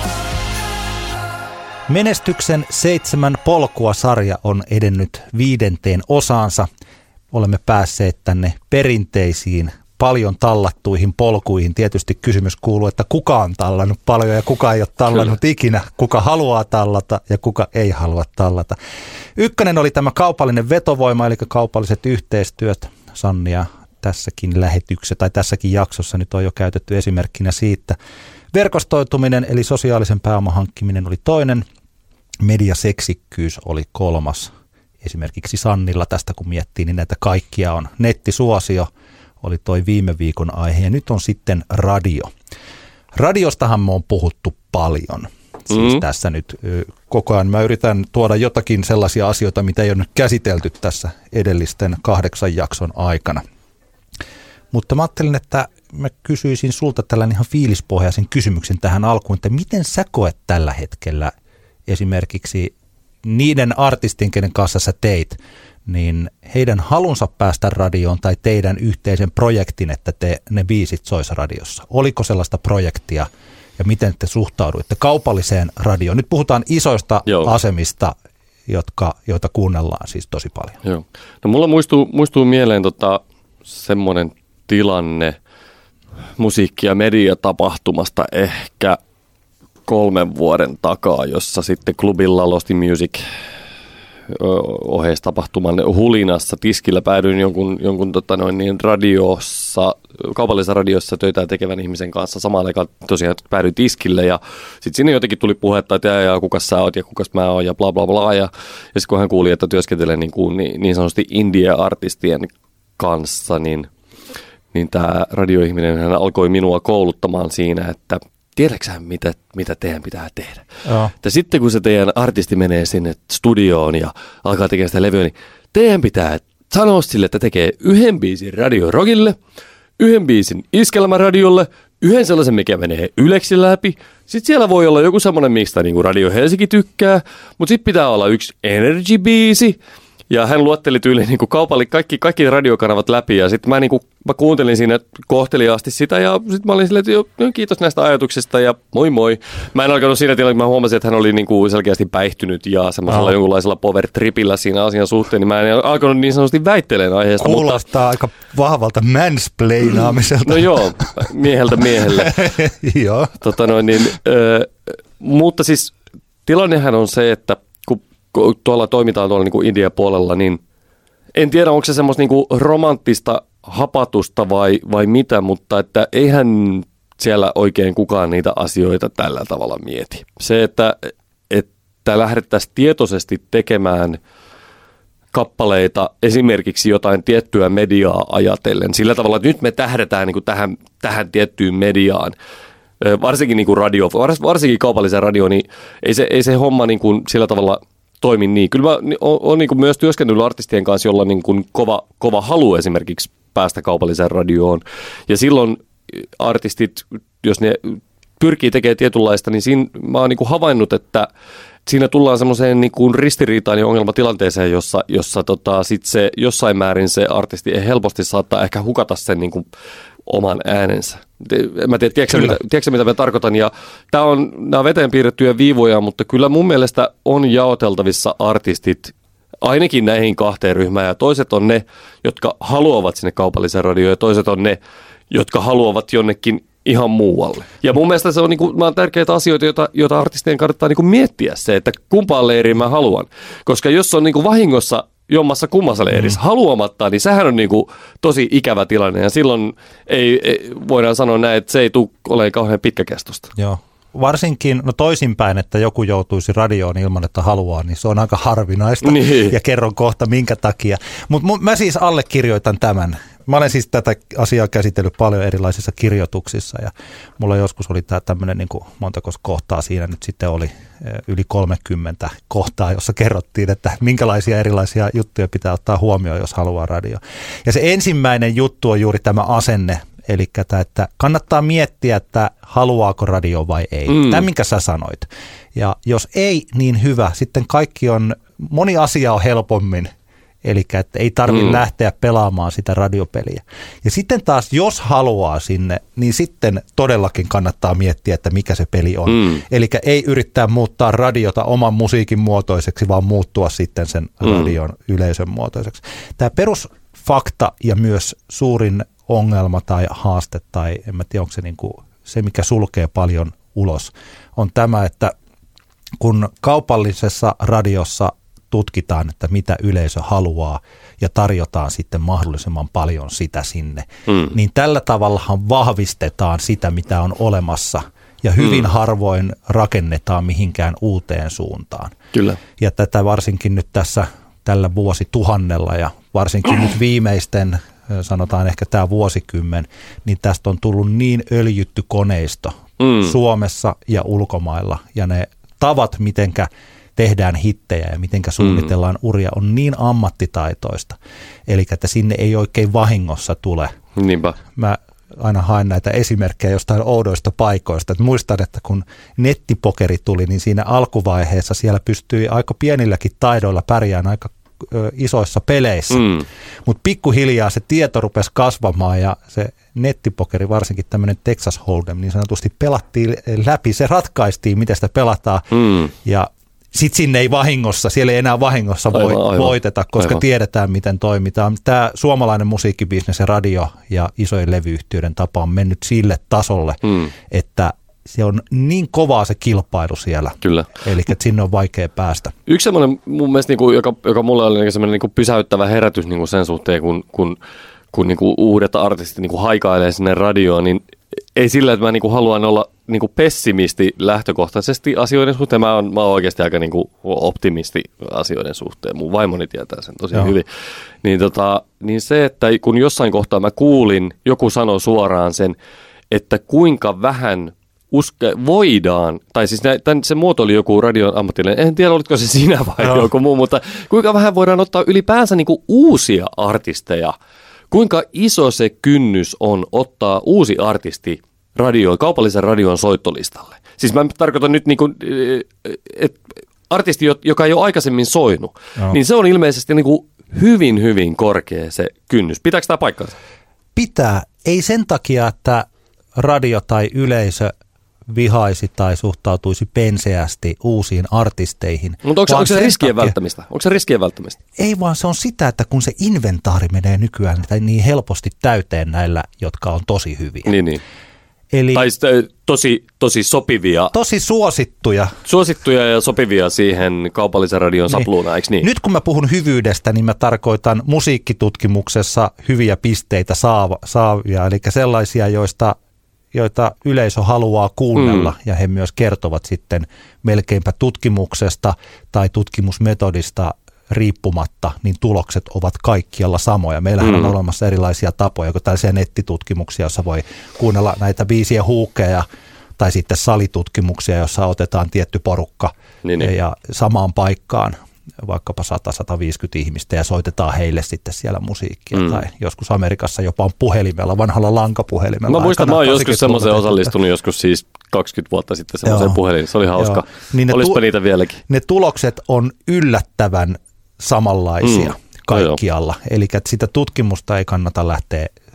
Menestyksen 7 polkua-sarja on edennyt 5. osaansa. Olemme päässeet tänne perinteisiin, paljon tallattuihin polkuihin. Tietysti kysymys kuuluu, että kuka on tallannut paljon ja kuka ei ole tallannut ikinä. Kuka haluaa tallata ja kuka ei halua tallata. 1 oli tämä kaupallinen vetovoima, eli kaupalliset yhteistyöt. Sannia tässäkin lähetyksessä tai tässäkin jaksossa nyt on jo käytetty esimerkkinä siitä. Verkostoituminen eli sosiaalisen pääoman hankkiminen oli 2. Mediaseksikkyys oli 3. Esimerkiksi Sannilla tästä kun miettii, niin näitä kaikkia on. Nettisuosio oli toi viime viikon aihe ja nyt on sitten radio. Radiostahan me on puhuttu paljon. Siis tässä nyt koko ajan mä yritän tuoda jotakin sellaisia asioita, mitä ei ole nyt käsitelty tässä edellisten 8 jakson aikana. Mutta mä ajattelin, että mä kysyisin sulta tällainen ihan fiilispohjaisen kysymyksen tähän alkuun, että miten sä koet tällä hetkellä esimerkiksi niiden artistin, kenen kanssa sä teit, niin heidän halunsa päästä radioon tai teidän yhteisen projektin, että ne biisit sois radiossa. Oliko sellaista projektia ja miten te suhtauduitte kaupalliseen radioon? Nyt puhutaan isoista asemista, joita kuunnellaan siis tosi paljon.
Joo. No mulla muistuu mieleen semmoinen tilanne musiikki- ja mediatapahtumasta ehkä 3 vuoden takaa, jossa sitten klubilla Lost in Music oheistapahtuman hulinassa tiskillä päädyin jonkun radiossa, kaupallisessa radiossa töitä tekevän ihmisen kanssa samaan aikaan tosiaan päädyin tiskille ja sitten sinne jotenkin tuli puhetta, että ja kukas sä oot ja kukas mä oon ja bla bla bla ja sitten kun hän kuuli, että työskentelee niin sanotusti indie-artistien kanssa, niin tämä radioihminen hän alkoi minua kouluttamaan siinä, että tiedätkö mitä teidän pitää tehdä? Että sitten kun se teidän artisti menee sinne studioon ja alkaa tekemään sitä levyä, niin teidän pitää sanoa sille, että tekee 1 biisin Radio Rockille, 1 biisin Iskelmäradiolle, 1 sellaisen, mikä menee Yleksi läpi. Sitten siellä voi olla joku semmoinen, mistä niin kuin Radio Helsinki tykkää, mutta sitten pitää olla 1 Energy-biisi. Ja hän luotteli tyyliin niin kaikki radiokanavat läpi ja sitten mä kuuntelin siinä kohteliaasti sitä ja sitten mä olin silleen, että kiitos näistä ajatuksista ja moi moi. Mä en alkanut siinä tilanteessa, mä huomasin, että hän oli niin kuin selkeästi päihtynyt ja semmoisella jonkunlaisella power tripillä siinä asian suhteen, niin mä en alkanut niin sanotusti väitteleen aiheesta.
Kuulostaa aika vahvalta mansplainaamiselta.
No joo, mieheltä miehelle.
Joo.
Mutta siis tilannehan on se, että tuolla toimitaan tuolla niin India-puolella, niin en tiedä, onko se semmoista niin romanttista hapatusta vai mitä, mutta että eihän siellä oikein kukaan niitä asioita tällä tavalla mieti. Se, että lähdettäisiin tietoisesti tekemään kappaleita esimerkiksi jotain tiettyä mediaa ajatellen, sillä tavalla, että nyt me tähdätään niin tähän tiettyyn mediaan, varsinkin niin radio, varsinkin kaupallisen radio, niin ei se homma niin kuin sillä tavalla toimi niin. Kyllä mä oon niin kuin myös työskennellyt artistien kanssa, jolla on niin kuin kova halu esimerkiksi päästä kaupalliseen radioon. Ja silloin artistit, jos ne pyrkii tekemään tietynlaista, niin siinä mä oon niin kuin havainnut, että siinä tullaan semmoiseen niin kuin ristiriitaan ja ongelmatilanteeseen, jossa sit se jossain määrin se artisti helposti saattaa ehkä hukata sen niin kuin oman äänensä. En mä tiedä, tiedätkö mitä mä tarkoitan, ja nämä on veteen piirrettyjä viivoja, mutta kyllä mun mielestä on jaoteltavissa artistit ainakin näihin kahteen ryhmään, ja toiset on ne, jotka haluavat sinne kaupalliseen radioon, ja toiset on ne, jotka haluavat jonnekin ihan muualle. Ja mun mielestä se on, on tärkeitä asioita, joita artistien kannattaa miettiä se, että kumpaan leiriin mä haluan. Koska jos on vahingossa jommassa kummassa leirissä haluamatta, niin sehän on tosi ikävä tilanne. Ja silloin ei voidaan sanoa näin, että se ei tule olemaan kauhean pitkäkestoista.
Joo. Varsinkin, toisinpäin, että joku joutuisi radioon ilman, että haluaa, niin se on aika harvinaista. Niin. Ja kerron kohta minkä takia. Mutta mä siis allekirjoitan tämän. Mä olen siis tätä asiaa käsitellyt paljon erilaisissa kirjoituksissa ja mulla joskus oli tämmöinen montako kohtaa siinä nyt sitten oli yli 30 kohtaa, jossa kerrottiin, että minkälaisia erilaisia juttuja pitää ottaa huomioon, jos haluaa radio. Ja se ensimmäinen juttu on juuri tämä asenne, eli että kannattaa miettiä, että haluaako radio vai ei. Tämä minkä sä sanoit. Ja jos ei, niin hyvä. Sitten moni asia on helpommin. Eli että ei tarvitse lähteä pelaamaan sitä radiopeliä. Ja sitten taas, jos haluaa sinne, niin sitten todellakin kannattaa miettiä, että mikä se peli on. Eli ei yrittää muuttaa radiota oman musiikin muotoiseksi, vaan muuttua sitten sen radion yleisön muotoiseksi. Tämä perusfakta ja myös suurin ongelma tai haaste, tai en mä tiedä, onko se se, mikä sulkee paljon ulos, on tämä, että kun kaupallisessa radiossa tutkitaan, että mitä yleisö haluaa ja tarjotaan sitten mahdollisimman paljon sitä sinne, niin tällä tavallahan vahvistetaan sitä, mitä on olemassa ja hyvin harvoin rakennetaan mihinkään uuteen suuntaan.
Kyllä.
Ja tätä varsinkin nyt tällä vuosituhannella ja varsinkin nyt viimeisten, sanotaan ehkä tämä vuosikymmen, niin tästä on tullut niin öljytty koneisto Suomessa ja ulkomailla ja ne tavat, mitenkä tehdään hittejä ja mitenkä suunnitellaan uria, on niin ammattitaitoista. Eli että sinne ei oikein vahingossa tule.
Niinpä.
Mä aina haen näitä esimerkkejä jostain oudoista paikoista. Et muistan, että kun nettipokeri tuli, niin siinä alkuvaiheessa siellä pystyi aika pienilläkin taidoilla pärjään aika isoissa peleissä. Mutta pikkuhiljaa se tieto rupesi kasvamaan ja se nettipokeri, varsinkin tämmöinen Texas Hold'em, niin sanotusti pelattiin läpi. Se ratkaistiin, miten sitä pelataan ja sitten sinne ei vahingossa, siellä ei enää vahingossa voiteta, koska tiedetään, miten toimitaan. Tämä suomalainen musiikkibisnes ja radio ja isojen levyyhtiöiden tapa on mennyt sille tasolle, että se on niin kovaa se kilpailu siellä.
Kyllä.
Eli että sinne on vaikea päästä.
Yksi semmoinen mun mielestä, joka mulle oli semmoinen pysäyttävä herätys sen suhteen, kun uudet artistit haikailee sinne radioon, niin ei sillä, että mä haluan olla pessimisti lähtökohtaisesti asioiden suhteen. Mä oon oikeasti aika optimisti asioiden suhteen. Mun vaimoni tietää sen tosi hyvin. Niin se, että kun jossain kohtaa mä kuulin, joku sanoi suoraan sen, että kuinka vähän voidaan, tai siis se muotoili joku radion ammattilainen, en tiedä olitko se sinä vai joku muu, mutta kuinka vähän voidaan ottaa ylipäänsä uusia artisteja. Kuinka iso se kynnys on ottaa uusi artisti kaupallisen radion soittolistalle? Siis mä tarkoitan nyt artisti, joka ei ole aikaisemmin soinut, niin se on ilmeisesti hyvin, hyvin korkea se kynnys. Pitääkö tämä paikkansa?
Pitää. Ei sen takia, että radio tai yleisö vihaisi tai suhtautuisi penseästi uusiin artisteihin.
Mutta onko se riskien välttämistä? Onko se riskien välttämistä?
Ei, vaan se on sitä, että kun se inventaari menee nykyään niin helposti täyteen näillä, jotka on tosi hyviä.
Niin.
Eli
tai tosi sopivia.
Tosi suosittuja.
Suosittuja ja sopivia siihen kaupallisen radion sapluunaan, eikö niin?
Nyt kun mä puhun hyvyydestä, niin mä tarkoitan musiikkitutkimuksessa hyviä pisteitä saavia, eli sellaisia, joita yleisö haluaa kuunnella, ja he myös kertovat sitten melkeinpä tutkimuksesta tai tutkimusmetodista riippumatta, niin tulokset ovat kaikkialla samoja. Meillähän on olemassa erilaisia tapoja, kuin tällaisia nettitutkimuksia, jossa voi kuunnella näitä biisien huukeja, tai sitten salitutkimuksia, jossa otetaan tietty porukka ja samaan paikkaan, vaikkapa 100-150 ihmistä, ja soitetaan heille sitten siellä musiikkia. Tai joskus Amerikassa jopa on puhelimella, vanhalla lankapuhelimella.
Mä muistan, että mä oon joskus semmoiseen osallistunut, joskus siis 20 vuotta sitten semmoiseen puhelimeen. Se oli hauska. Niin olispa niitä vieläkin.
Ne tulokset on yllättävän samanlaisia kaikkialla. Eli sitä tutkimusta ei kannata lähteä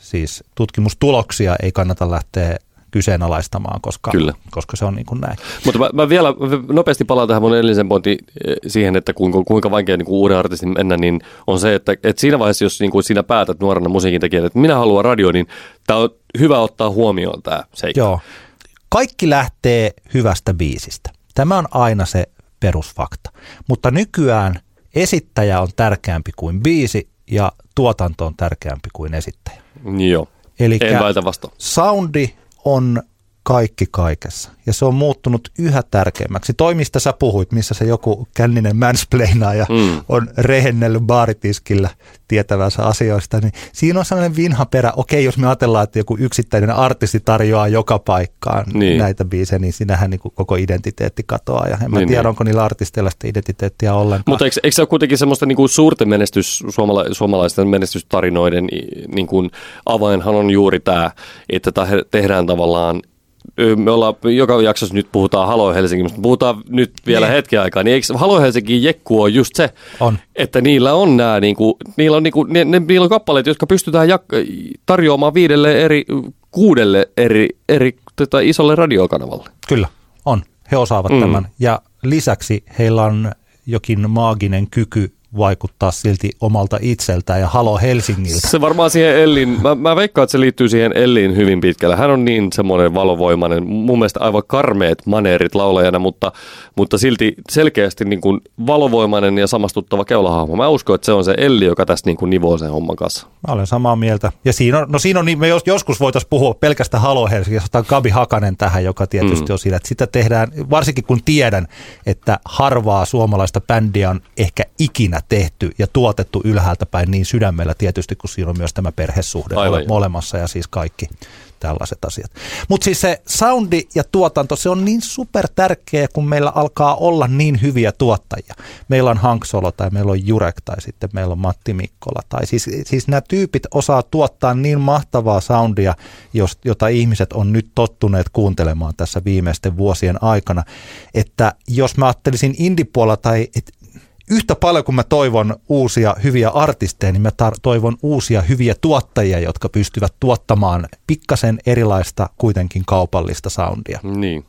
siis tutkimustuloksia ei kannata lähteä kyseenalaistamaan, koska se on niin kuin näin.
Mutta mä vielä nopeasti palaan tähän mun edellisen pointin siihen, että kuinka vaikea niin kuin uuden artistin mennä, niin on se, että siinä vaiheessa, jos niin kuin sinä päätät nuorena musiikintekijänä, että minä haluan radio, niin tämä on hyvä ottaa huomioon tämä seikka.
Joo. Kaikki lähtee hyvästä biisistä. Tämä on aina se perusfakta. Mutta nykyään esittäjä on tärkeämpi kuin biisi ja tuotanto on tärkeämpi kuin esittäjä.
Joo, en väitä vastaan.
Soundi on kaikki kaikessa ja se on muuttunut yhä tärkeämmäksi. Toi, mistä sä puhuit, missä se joku känninen mansplainaaja on rehennellyt baaritiskillä tietävänsä asioista, niin siinä on sellainen vinha perä. Okei, jos me ajatellaan, että joku yksittäinen artisti tarjoaa joka paikkaan näitä biisejä, niin sinähän niin kuin koko identiteetti katoaa. Ja en mä tiedä, onko niillä artisteilla sitä identiteettiä ollenkaan. Mutta
eikö se ole kuitenkin semmoista niin kuin suurten suomalaisten menestystarinoiden niin kuin avainhan on juuri tämä, että tehdään tavallaan. Me ollaan, joka jaksossa nyt puhutaan Halo Helsinki, mutta puhutaan nyt vielä hetken aikaa, niin eikö Halo Helsingin jekku on just se, että niillä on nämä, niillä on kappaleet, jotka pystytään tarjoamaan 6 eri isolle radiokanavalle.
Kyllä, on. He osaavat tämän. Ja lisäksi heillä on jokin maaginen kyky vaikuttaa silti omalta itseltään ja Halo Helsingiltä. Se
varmaan siihen Elliin, mä veikkaan, että se liittyy siihen Elliin hyvin pitkälle. Hän on niin semmoinen valovoimainen, mun mielestä aivan karmeet maneerit laulajana, mutta silti selkeästi niin kuin valovoimainen ja samastuttava keulahahmo. Mä uskon, että se on se Elli, joka tässä niin kuin nivoo sen homman kanssa.
Mä olen samaa mieltä. Ja siinä on niin, me joskus voitaisiin puhua pelkästään Halo Helsingistä, otetaan Gabi Hakanen tähän, joka tietysti on siinä, että sitä tehdään, varsinkin kun tiedän, että harvaa suomalaista bändiä on ehkä ikinä tehty ja tuotettu ylhäältä päin niin sydämellä tietysti, kun siinä on myös tämä perhesuhde olemassa ja siis kaikki tällaiset asiat. Mutta siis se soundi ja tuotanto, se on niin super tärkeä, kun meillä alkaa olla niin hyviä tuottajia. Meillä on Hank Solo tai meillä on Jurek tai sitten meillä on Matti Mikkola. Tai siis nämä tyypit osaa tuottaa niin mahtavaa soundia, jota ihmiset on nyt tottuneet kuuntelemaan tässä viimeisten vuosien aikana, että jos mä ajattelisin indie-puolella tai yhtä paljon kuin mä toivon uusia hyviä artisteja, niin mä toivon uusia hyviä tuottajia, jotka pystyvät tuottamaan pikkasen erilaista kuitenkin kaupallista soundia.
Niin.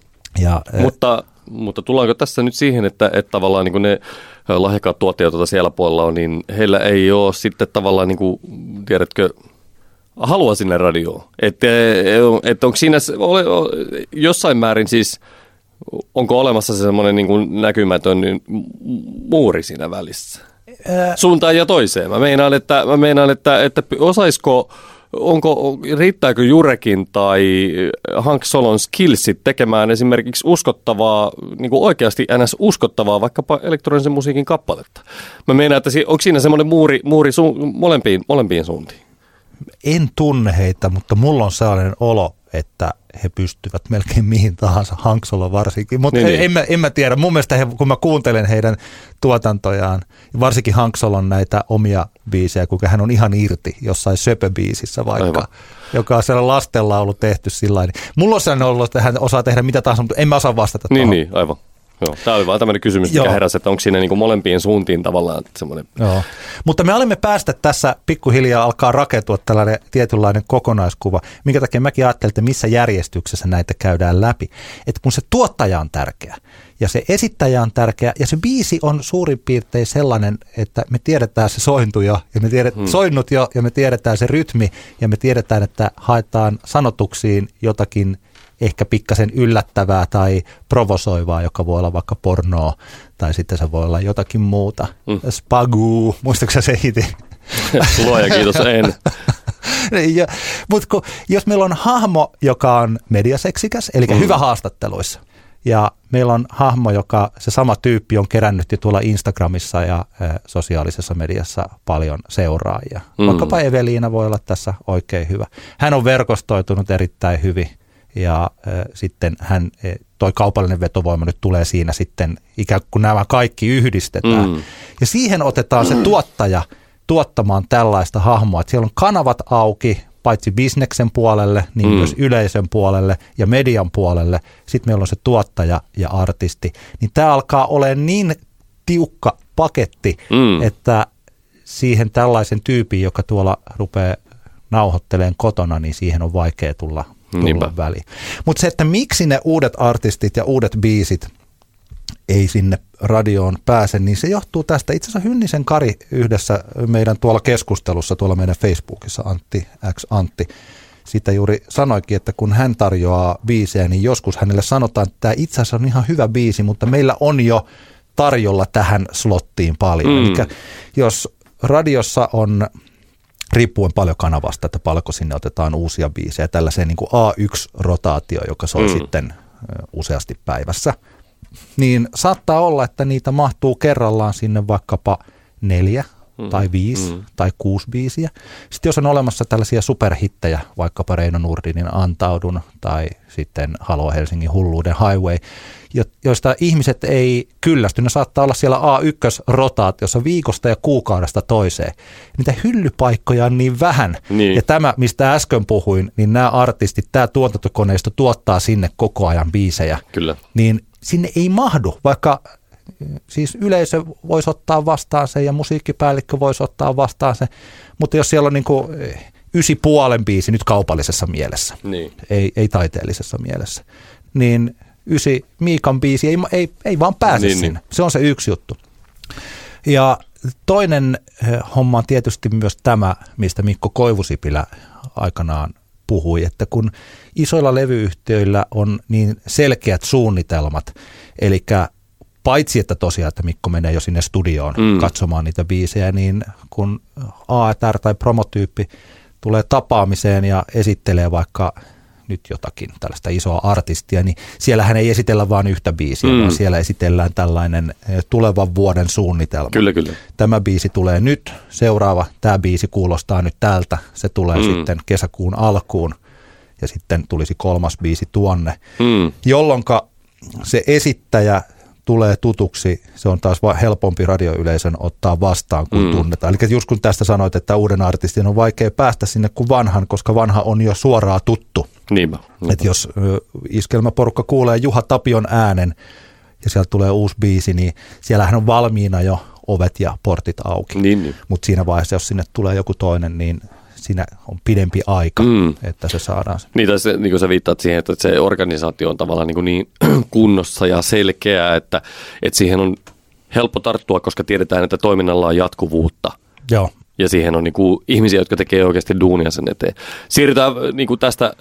Mutta tullaanko tässä nyt siihen, että tavallaan niin kuin ne lahjakkaat tuottajat, joita siellä puolella on, niin heillä ei ole sitten tavallaan, niin kuin, tiedätkö, halua sinne radioon. Että onko siinä jossain määrin siis, onko olemassa se semmoinen niin kuin näkymätön muuri siinä välissä? Suuntaan ja toiseen. Mä meinaan, että osaisiko, riittääkö Jurekin tai Hank Solon skillsit tekemään esimerkiksi uskottavaa, niin kuin oikeasti ns. Uskottavaa vaikkapa elektronisen musiikin kappaletta? Mä meinaan, että onko siinä semmoinen muuri molempiin suuntiin?
En tunne heitä, mutta mulla on sellainen olo, että he pystyvät melkein mihin tahansa, Hank Solo varsinkin. Mutta en mä tiedä. Mun mielestä kun mä kuuntelen heidän tuotantojaan, varsinkin Hank Solon näitä omia biisejä, kuinka hän on ihan irti jossain söpöbiisissä vaikka, joka on sellainen lastenlaulu tehty sillä lailla. Mulla on sellainen ollut, että hän osaa tehdä mitä tahansa, mutta en mä osaa vastata tuohon.
Niin, aivan. Joo, tämä oli vaan tämmöinen kysymys, mikä heräsi, että onko siinä niin kuin molempien suuntiin tavallaan semmoinen.
Joo, mutta me olemme päästä tässä pikkuhiljaa alkaa rakentua tällainen tietynlainen kokonaiskuva, minkä takia mäkin ajattelin, että missä järjestyksessä näitä käydään läpi. Että kun se tuottaja on tärkeä ja se esittäjä on tärkeä ja se biisi on suurin piirtein sellainen, että me tiedetään se sointu jo ja me soinnut jo ja me tiedetään se rytmi ja me tiedetään, että haetaan sanotuksiin jotakin ehkä pikkasen yllättävää tai provosoivaa, joka voi olla vaikka pornoa, tai sitten se voi olla jotakin muuta. Spagoo, muistatko se hitin?
Luoja, kiitos, en.
Mutta jos meillä on hahmo, joka on mediaseksikäs, eli hyvä haastatteluissa, ja meillä on hahmo, joka se sama tyyppi on kerännyt jo tuolla Instagramissa ja sosiaalisessa mediassa paljon seuraajia. Vaikkapa Eveliina voi olla tässä oikein hyvä. Hän on verkostoitunut erittäin hyvin. Ja sitten toi kaupallinen vetovoima nyt tulee siinä sitten ikään kuin nämä kaikki yhdistetään. Ja siihen otetaan se tuottaja tuottamaan tällaista hahmoa, että siellä on kanavat auki, paitsi bisneksen puolelle, niin myös yleisön puolelle ja median puolelle. Sitten meillä on se tuottaja ja artisti. Niin tämä alkaa olemaan niin tiukka paketti, että siihen tällaisen tyypin, joka tuolla rupeaa nauhoitteleen kotona, niin siihen on vaikea tulla väliin. Mutta se, että miksi ne uudet artistit ja uudet biisit ei sinne radioon pääse, niin se johtuu tästä. Itse asiassa Hynnisen Kari yhdessä meidän tuolla keskustelussa, tuolla meidän Facebookissa, Antti, sitä juuri sanoikin, että kun hän tarjoaa biisejä, niin joskus hänelle sanotaan, että tämä itse asiassa on ihan hyvä biisi, mutta meillä on jo tarjolla tähän slottiin paljon. Eli jos radiossa on, riippuen paljon kanavasta, että paljonko sinne otetaan uusia biisejä, tällaiseen niin kuin A1-rotaatio, joka soi sitten useasti päivässä, niin saattaa olla, että niitä mahtuu kerrallaan sinne vaikkapa 4 tai 5 tai 6 biisiä. Sitten jos on olemassa tällaisia superhittejä, vaikkapa Reino Nurdinin Antaudun tai sitten Halo Helsingin hulluuden Highway, joista ihmiset ei kyllästy, ne saattaa olla siellä A1-rotaatiossa viikosta ja kuukaudesta toiseen. Niitä hyllypaikkoja on niin vähän. Niin. Ja tämä, mistä äsken puhuin, niin nämä artistit, tämä tuotantokoneisto tuottaa sinne koko ajan biisejä.
Kyllä.
Niin sinne ei mahdu, vaikka siis yleisö voisi ottaa vastaan sen ja musiikkipäällikkö voisi ottaa vastaan sen, mutta jos siellä on niin kuin 9,5 biisi nyt kaupallisessa mielessä, niin. ei taiteellisessa mielessä, niin 9 Miikan biisi ei vaan pääse sinne. Niin. Se on se yksi juttu. Ja toinen homma on tietysti myös tämä, mistä Mikko Koivusipilä aikanaan puhui, että kun isoilla levyyhtiöillä on niin selkeät suunnitelmat, eli paitsi että tosiaan, että Mikko menee jo sinne studioon katsomaan niitä biisejä, niin kun A&R tai promotyyppi tulee tapaamiseen ja esittelee vaikka nyt jotakin tällaista isoa artistia, niin siellähän ei esitellä vain yhtä biisiä, vaan siellä esitellään tällainen tulevan vuoden suunnitelma.
Kyllä.
Tämä biisi tulee nyt, seuraava, tämä biisi kuulostaa nyt tältä, se tulee sitten kesäkuun alkuun ja sitten tulisi 3. biisi tuonne, jolloinka se esittäjä tulee tutuksi, se on taas helpompi radioyleisön ottaa vastaan, kun tunnetaan. Eli just kun tästä sanoit, että uuden artistin on vaikea päästä sinne kuin vanhan, koska vanha on jo suoraan tuttu.
Niinpä.
Että jos iskelmäporukka kuulee Juha Tapion äänen ja sieltä tulee uusi biisi, niin siellähän on valmiina jo ovet ja portit auki.
Niin.
Mutta siinä vaiheessa, jos sinne tulee joku toinen, niin siinä on pidempi aika, että se saadaan.
Niin kuin sä viittaat siihen, että se organisaatio on tavallaan niin kunnossa ja selkeää, että siihen on helppo tarttua, koska tiedetään, että toiminnalla on jatkuvuutta.
Joo.
Ja siihen on niin kuin ihmisiä, jotka tekee oikeasti duunia sen eteen. Siirrytään niin kuin tästä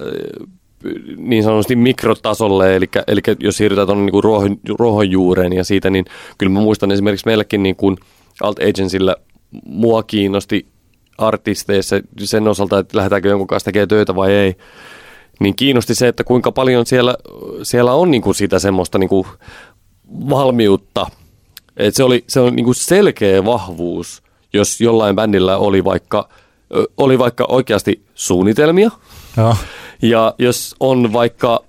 niin sanotusti mikrotasolle, eli jos siirrytään tuonne niin ruohonjuureen ja siitä, niin kyllä mä muistan esimerkiksi meillekin niin kuin Alt Agencyllä mua kiinnosti artisteissa sen osalta, että lähdetäänkö jonkun kanssa tekemään töitä vai ei, niin kiinnosti se, että kuinka paljon siellä on niin kuin sitä semmoista niin kuin valmiutta. Että se on niin kuin selkeä vahvuus, jos jollain bändillä oli vaikka oikeasti suunnitelmia.
Ja.
Ja jos on vaikka,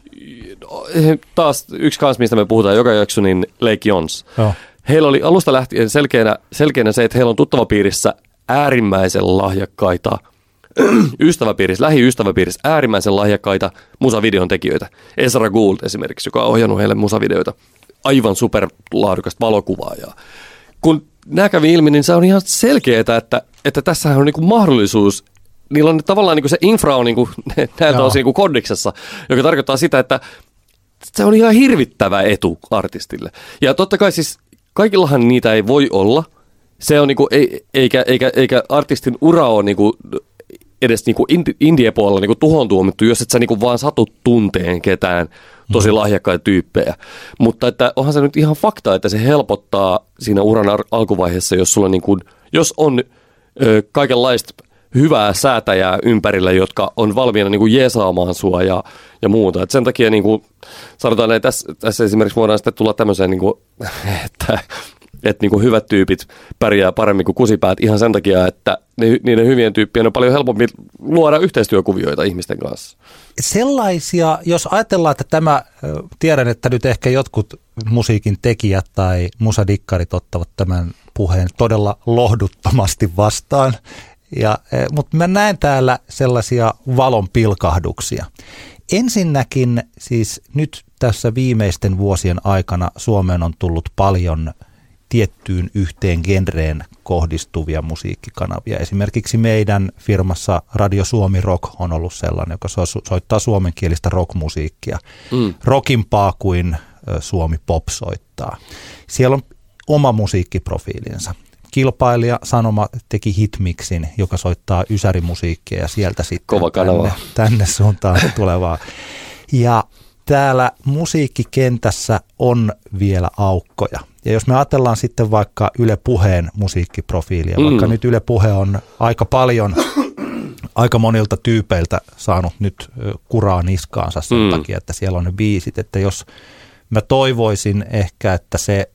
taas yksi kanssa, mistä me puhutaan joka jakso, niin Lake Jons.
Ja.
Heillä oli alusta lähtien selkeänä se, että heillä on tuttavapiirissä äärimmäisen lahjakkaita lähiystäväpiirissä äärimmäisen lahjakkaita musavideon tekijöitä. Ezra Gould esimerkiksi, joka on ohjannut heille musavideoita. Aivan superlaadukasta valokuvaa. Ja kun nämä kävi ilmi, niin se on ihan selkeää, että tässähän on niinku mahdollisuus. Niillä on tavallaan niinku se infra on niinku, näiltä osin niinku kondiksessa, joka tarkoittaa sitä, että se on ihan hirvittävä etu artistille. Ja totta kai siis kaikillahan niitä ei voi olla. Se on niinku, eikä artistin ura ole niinku edes niinku indie-puolella niinku tuhoon tuomittu, jos et sä niinku vaan satut tunteen ketään tosi lahjakkaita tyyppejä. Mutta että onhan se nyt ihan fakta, että se helpottaa siinä uran alkuvaiheessa, jos on kaikenlaista hyvää säätäjää ympärillä, jotka on valmiina niinku jeesaamaan sua ja muuta. Et sen takia niinku, sanotaan, että tässä esimerkiksi voidaan sitten tulla tämmöiseen, niinku, että niinku hyvät tyypit pärjää paremmin kuin kusipäät ihan sen takia, että niiden hyvien tyyppien on paljon helpompi luoda yhteistyökuvioita ihmisten kanssa.
Sellaisia, jos ajatellaan, että tiedän, että nyt ehkä jotkut musiikin tekijät tai musadikkarit ottavat tämän puheen todella lohduttomasti vastaan, mutta mä näen täällä sellaisia valon pilkahduksia. Ensinnäkin siis nyt tässä viimeisten vuosien aikana Suomeen on tullut paljon tiettyyn yhteen genreen kohdistuvia musiikkikanavia. Esimerkiksi meidän firmassa Radio Suomi Rock on ollut sellainen, joka soittaa suomenkielistä rockmusiikkia. Rockimpaa kuin Suomi Pop soittaa. Siellä on oma musiikkiprofiilinsa. Kilpailija Sanoma teki hitmixin, joka soittaa ysärimusiikkia ja sieltä sitten tänne suuntaan tulevaa. Ja täällä musiikkikentässä on vielä aukkoja. Ja jos me ajatellaan sitten vaikka Yle Puheen musiikkiprofiilia, vaikka nyt Yle Puhe on aika paljon, aika monilta tyypeiltä saanut nyt kuraa niskaansa sen takia, että siellä on ne biisit. Että jos mä toivoisin ehkä, että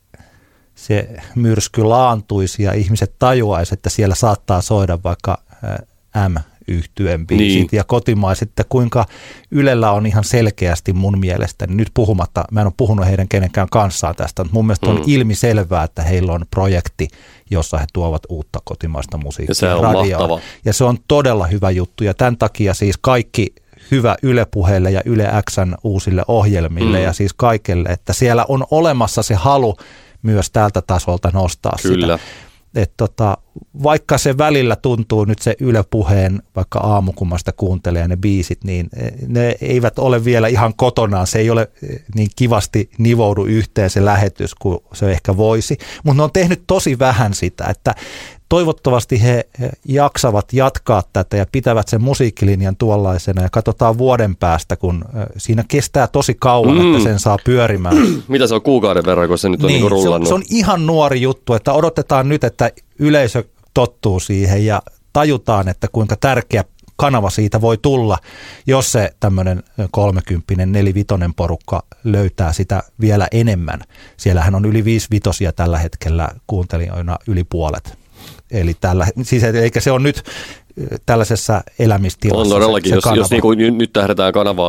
se myrsky laantuisi ja ihmiset tajuaisi, että siellä saattaa soida vaikka M-yhtyeen biisit ja kotimaiset, että kuinka Ylellä on ihan selkeästi mun mielestä, niin nyt puhumatta, mä en ole puhunut heidän kenenkään kanssaan tästä, mutta mun mielestä on ilmiselvää, että heillä on projekti, jossa he tuovat uutta kotimaista musiikkia.
Ja se on mahtava.
Ja se on todella hyvä juttu ja tämän takia siis kaikki hyvä Yle Puheelle ja Yle X:n uusille ohjelmille ja siis kaikelle, että siellä on olemassa se halu myös tältä tasolta nostaa sitä. Että vaikka se välillä tuntuu nyt se Yle Puheen, vaikka aamukummasta kuuntelee ne biisit, niin ne eivät ole vielä ihan kotonaan. Se ei ole niin kivasti nivoudu yhteen se lähetys kuin se ehkä voisi, mutta ne on tehnyt tosi vähän sitä, että toivottavasti he jaksavat jatkaa tätä ja pitävät sen musiikkilinjan tuollaisena ja katsotaan vuoden päästä, kun siinä kestää tosi kauan, että sen saa pyörimään.
Mitä se on kuukauden verran, kun se nyt on niin rullannut?
Se on ihan nuori juttu, että odotetaan nyt, että yleisö tottuu siihen ja tajutaan, että kuinka tärkeä kanava siitä voi tulla, jos se tämmöinen 30, 4-5 porukka löytää sitä vielä enemmän. Siellähän on yli 5-5 tällä hetkellä kuuntelijoina yli puolet. Eli eikä se on nyt tällaisessa elämistilassa.
On todellakin, jos niin kuin nyt tähdetään kanavaa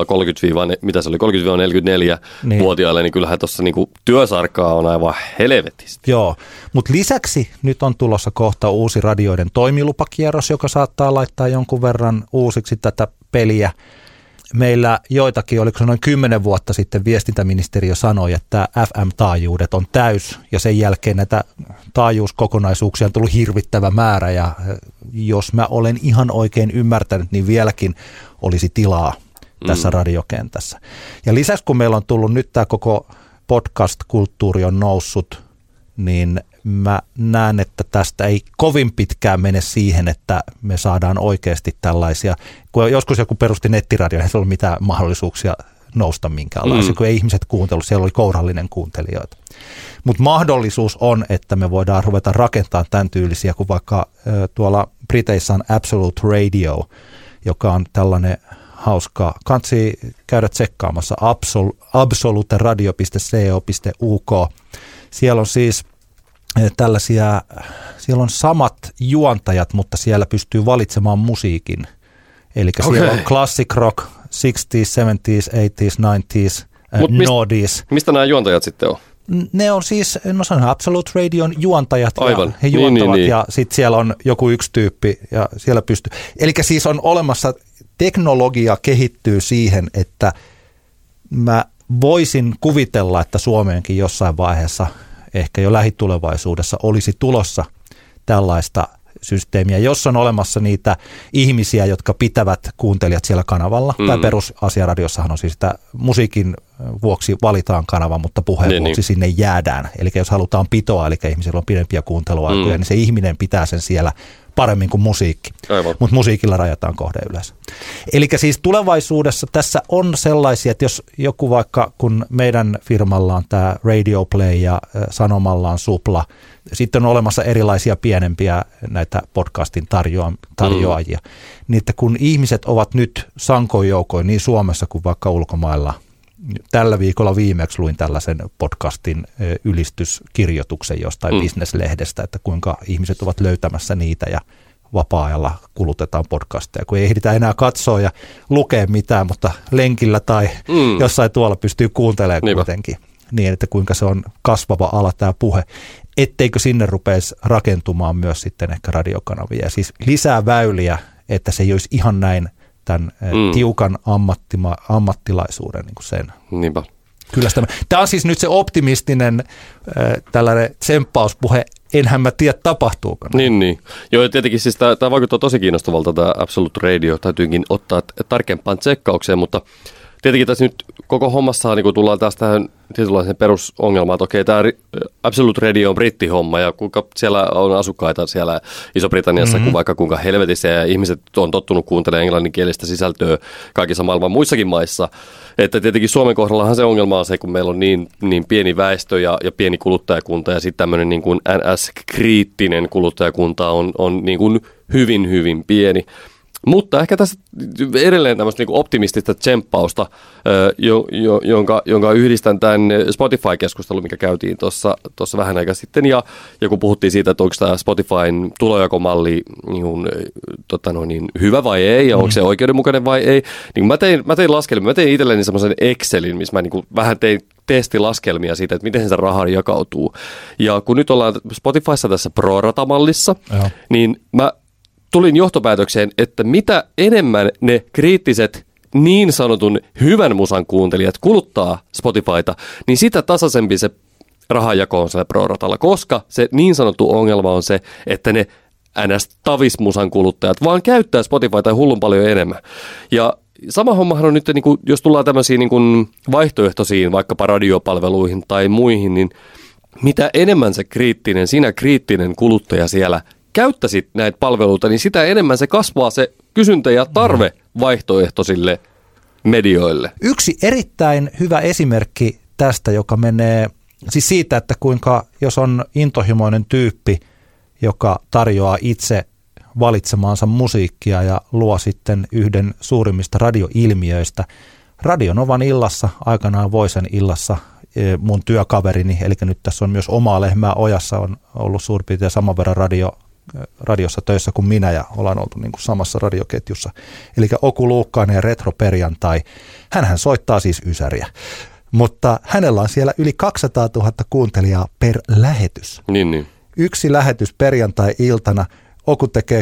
30-44-vuotiaille, niin kyllähän tuossa niin työsarkaa on aivan helvetisti.
Joo, mutta lisäksi nyt on tulossa kohta uusi radioiden toimilupakierros, joka saattaa laittaa jonkun verran uusiksi tätä peliä. Meillä joitakin, oliko se noin 10 vuotta sitten viestintäministeriö sanoi, että FM-taajuudet on täys ja sen jälkeen näitä taajuuskokonaisuuksia on tullut hirvittävä määrä ja jos mä olen ihan oikein ymmärtänyt, niin vieläkin olisi tilaa tässä radiokentässä. Ja lisäksi kun meillä on tullut nyt tämä koko podcast-kulttuuri on noussut, niin mä näen, että tästä ei kovin pitkään mene siihen, että me saadaan oikeasti tällaisia, kun joskus joku perusti nettiradion, ei ollut mitään mahdollisuuksia nousta minkäänlaisia, kun ei ihmiset kuuntellut, siellä oli kourallinen kuuntelijoita. Mutta mahdollisuus on, että me voidaan ruveta rakentamaan tämän tyylisiä, kuin vaikka tuolla Briteissä on Absolute Radio, joka on tällainen hauska. Kansi käydä tsekkaamassa absoluteradio.co.uk. Siellä on siis tällaisia, siellä on samat juontajat, mutta siellä pystyy valitsemaan musiikin. Eli siellä on classic rock, 60s, 70s, 80s, 90s, noughties.
Mistä nämä juontajat sitten on?
Ne on siis, se on Absolute Radion juontajat.
Aivan.
Ja he juontavat ja sitten siellä on joku yksi tyyppi ja siellä pystyy. Eli siis on olemassa, teknologia kehittyy siihen, että mä voisin kuvitella, että Suomeenkin jossain vaiheessa ehkä jo lähitulevaisuudessa olisi tulossa tällaista systeemiä, jos on olemassa niitä ihmisiä, jotka pitävät kuuntelijat siellä kanavalla. Tai perusasiaradiossahan on siis, että musiikin vuoksi valitaan kanava, mutta puheen vuoksi sinne jäädään. Eli jos halutaan pitoa, eli ihmisillä on pidempiä kuunteluaikoja, niin se ihminen pitää sen siellä paremmin kuin musiikki. Mutta musiikilla rajataan kohdeyleisö. Eli siis tulevaisuudessa tässä on sellaisia, että jos joku vaikka, kun meidän firmalla on tämä Radio Play ja Sanomalla on Supla, sitten on olemassa erilaisia pienempiä näitä podcastin tarjoajia, niin että kun ihmiset ovat nyt sankoin joukoin niin Suomessa kuin vaikka ulkomailla, tällä viikolla viimeksi luin tällaisen podcastin ylistyskirjoituksen jostain bisneslehdestä, että kuinka ihmiset ovat löytämässä niitä ja vapaa-ajalla kulutetaan podcasteja, kun ei ehditä enää katsoa ja lukea mitään, mutta lenkillä tai jossain tuolla pystyy kuuntelemaan kuitenkin. Niin, että kuinka se on kasvava ala tämä puhe, etteikö sinne rupeisi rakentumaan myös sitten ehkä radiokanavia. Ja siis lisää väyliä, että se ei olisi ihan näin tämän tiukan ammattilaisuuden niin kuin sen Kyllä tämä on siis nyt se optimistinen tällainen tsemppauspuhe. Enhän mä tiedä, tapahtuuko.
Niin. Joo, ja tietenkin siis tämä vaikuttaa tosi kiinnostavalta, tämä Absolute Radio. Täytyykin ottaa tarkempaan tsekkaukseen, mutta tietenkin tässä nyt koko hommassa niin tullaan taas tähän tietynlaiseen perusongelmaan, että okei, tämä Absolute Radio on brittihomma ja kuinka siellä on asukkaita siellä Iso-Britanniassa, kuin vaikka kuinka helvetissä ja ihmiset on tottunut kuuntelemaan englanninkielistä sisältöä kaikissa maailman muissakin maissa. Että tietenkin Suomen kohdallahan se ongelma on se, kun meillä on niin pieni väestö ja pieni kuluttajakunta ja sitten tämmöinen niin kuin NS-kriittinen kuluttajakunta on niin kuin hyvin, hyvin pieni. Mutta ehkä tässä edelleen tämmöistä niin kuin optimistista tsemppausta, jonka yhdistän tämän Spotify-keskustelun, mikä käytiin tuossa vähän aikaa sitten. Ja kun puhuttiin siitä, että onko tämä Spotifyn tulojakomalli hyvä vai ei, ja onko se oikeudenmukainen vai ei. Niin mä tein laskelmia, mä tein itselleni semmoisen Excelin, missä mä niin kuin vähän tein testilaskelmia siitä, että miten se raha jakautuu. Ja kun nyt ollaan Spotifyssa tässä pro-ratamallissa, niin mä tulin johtopäätökseen, että mitä enemmän ne kriittiset niin sanotun hyvän musan kuuntelijat kuluttaa Spotifyta, niin sitä tasaisempi se rahanjako on siellä pro-ratalla, koska se niin sanottu ongelma on se, että ne NS-tavismusan kuluttajat vaan käyttää Spotifyta hullun paljon enemmän. Ja sama hommahan on nyt, niin kuin, jos tullaan tämmöisiin niin kuin vaihtoehtoisiin vaikkapa radiopalveluihin tai muihin, niin mitä enemmän se kriittinen kuluttaja siellä käyttäisit näitä palveluita, niin sitä enemmän se kasvaa se kysyntä ja tarve vaihtoehtoisille medioille.
Yksi erittäin hyvä esimerkki tästä, joka menee siis siitä, että kuinka jos on intohimoinen tyyppi, joka tarjoaa itse valitsemaansa musiikkia ja luo sitten yhden suurimmista radioilmiöistä. Radio Novan illassa, aikanaan Voisen illassa, mun työkaverini, eli nyt tässä on myös omaa lehmää ojassa, on ollut suurin piirtein saman verran radiossa töissä kuin minä ja ollaan oltu niin kuin samassa radioketjussa. Eli Oku Luukkainen ja Retroperjantai. Hänhän soittaa siis ysäriä, mutta hänellä on siellä yli 200 000 kuuntelijaa per lähetys.
Niin.
Yksi lähetys perjantai-iltana. Oku tekee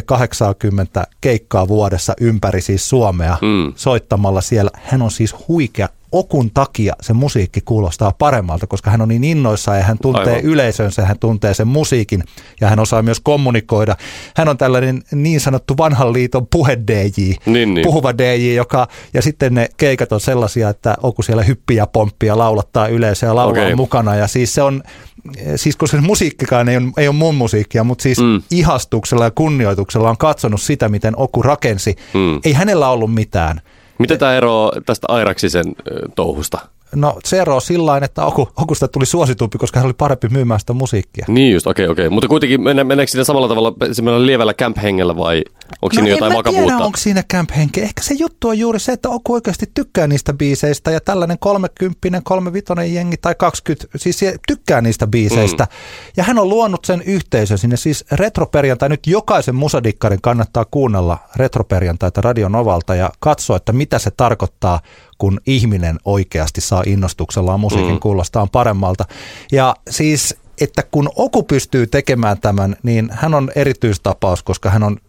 80 keikkaa vuodessa ympäri siis Suomea soittamalla siellä. Hän on siis huikea. Okun takia se musiikki kuulostaa paremmalta, koska hän on niin innoissaan ja hän tuntee yleisönsä, hän tuntee sen musiikin ja hän osaa myös kommunikoida. Hän on tällainen niin sanottu vanhan liiton puhe-DJ, puhuva DJ, ja sitten ne keikat on sellaisia, että Oku siellä hyppii ja pomppii ja laulattaa yleisöä ja laulaa mukana ja siis se on, siis koska se musiikkikaan ei ole mun musiikkia, mutta siis ihastuksella ja kunnioituksella on katsonut sitä, miten Oku rakensi. Ei hänellä ollut mitään.
Miten tämä eroaa tästä Airaksisen touhusta?
No se eroaa sillain, että Okusta tuli suositumpi, koska hän oli parempi myymään sitä musiikkia.
Niin just, okei. Mutta kuitenkin meneekö siinä samalla tavalla semmoinen lievällä camp-hengellä vai onko siinä jotain vakavuutta?
En tiedä, onko siinä camp-henkeä. Ehkä se juttu on juuri se, että Oku oikeasti tykkää niistä biiseistä ja tällainen 30, 35 jengi tai 20, siis se tykkää niistä biiseistä. Ja hän on luonut sen yhteisön sinne, siis Retroperjantai, nyt jokaisen musadikkarin kannattaa kuunnella Retroperjantaita Radio Novalta ja katsoa, että mitä se tarkoittaa, kun ihminen oikeasti saa innostuksellaan musiikin kuulostaa paremmalta. Ja siis, että kun Oku pystyy tekemään tämän, niin hän on erityistapaus, koska hän on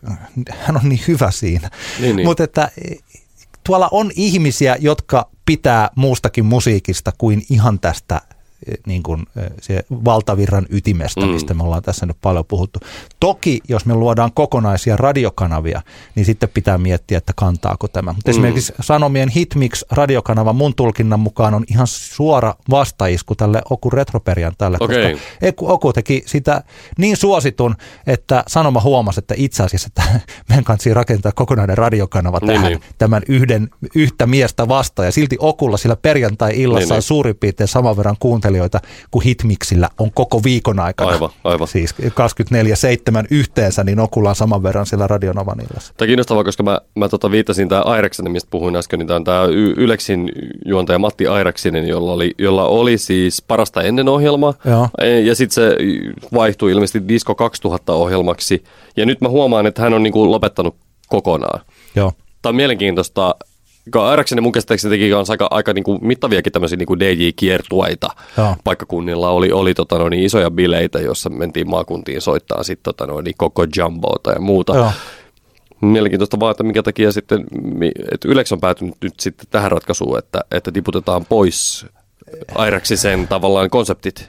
niin hyvä siinä. Niin. Mutta että tuolla on ihmisiä, jotka pitää muustakin musiikista kuin ihan tästä niin kuin se valtavirran ytimestä, mistä me ollaan tässä nyt paljon puhuttu. Toki, jos me luodaan kokonaisia radiokanavia, niin sitten pitää miettiä, että kantaako tämä. Mutta esimerkiksi Sanomien Hitmix radiokanava mun tulkinnan mukaan on ihan suora vastaisku tälle Oku Retroperjantaille, koska Oku teki sitä niin suositun, että Sanoma huomasi, että itse asiassa että meidän kanssa rakentaa kokonainen radiokanava tähän tämän yhtä miestä vastaan. Ja silti Okulla sillä perjantai-illassa on suurin piirtein saman verran kuuntelijoita kuin Hitmixillä on koko viikon aikana.
Aivan.
Siis 24/7 yhteensä, niin Okulla on saman verran siellä Radio Novan illassa.
Tämä on kiinnostavaa, koska mä viittasin tämä Airaksinen, mistä puhuin äsken, niin tämä on tämä Yleksin juontaja Matti Airaksinen, jolla oli siis Parasta ennen -ohjelma. Ja sitten se vaihtui ilmeisesti Disco 2000 -ohjelmaksi. Ja nyt mä huomaan, että hän on niin kuin lopettanut kokonaan.
Joo.
Tämä on mielenkiintoista. Airaksinen mun käsittääkseni teki aika niin kuin mittaviakin tämmöisiä niin kuin DJ-kiertueita paikkakunnilla. Oli isoja bileitä, joissa mentiin maakuntiin soittaa sitten koko jumboota ja muuta. Mielenkiintoista vaan, että minkä takia sitten, että Yleks on päätynyt nyt sitten tähän ratkaisuun, että tiputetaan pois Airaksisen tavallaan konseptit?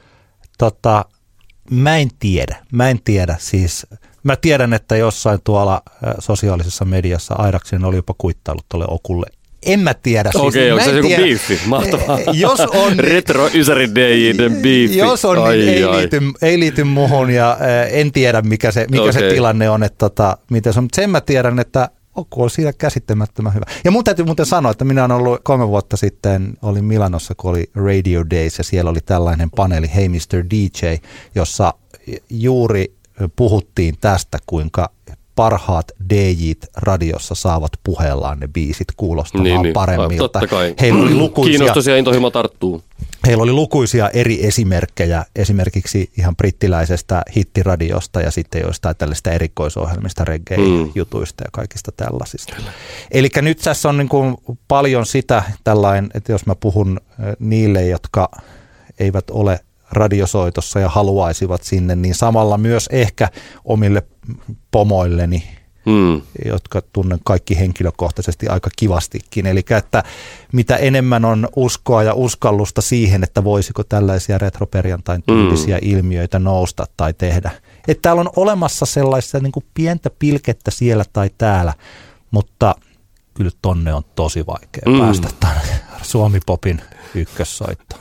Mä en tiedä. Siis mä tiedän, että jossain tuolla sosiaalisessa mediassa Airaksinen oli jopa kuittailut tuolle Okulle. En mä tiedä.
Okei, onko se joku biifi? Mahtavaa.
Jos on,
Retro Ysäri DJ:n biifi.
Jos on, niin ei liity muhun ja en tiedä, mikä se tilanne on. Että, miten se on. Mutta sen mä tiedän, että Oku on siinä käsittämättömän hyvä. Ja mun täytyy muuten sanoa, että minä olen ollut 3 vuotta sitten, olin Milanossa, kun oli Radio Days ja siellä oli tällainen paneeli Hey Mr. DJ, jossa juuri puhuttiin tästä, kuinka parhaat DJt radiossa saavat puheellaan ne biisit kuulostamaan paremmilta.
Totta kai.
Kiinnostus
ja intohimo tarttuu.
Heillä oli lukuisia eri esimerkkejä, esimerkiksi ihan brittiläisestä hittiradiosta ja sitten joistain tällaista erikoisohjelmista, reggae-jutuista ja kaikista tällaisista. Eli nyt tässä on niin kuin paljon sitä tällainen, että jos mä puhun niille, jotka eivät ole radiosoitossa ja haluaisivat sinne, niin samalla myös ehkä omille pomoilleni, jotka tunnen kaikki henkilökohtaisesti aika kivastikin. Eli että mitä enemmän on uskoa ja uskallusta siihen, että voisiko tällaisia retroperjantain tyyppisiä ilmiöitä nousta tai tehdä. Että täällä on olemassa sellaista niin kuin pientä pilkettä siellä tai täällä, mutta kyllä tonne on tosi vaikea päästä tänne Suomi-popin ykkössoittoon.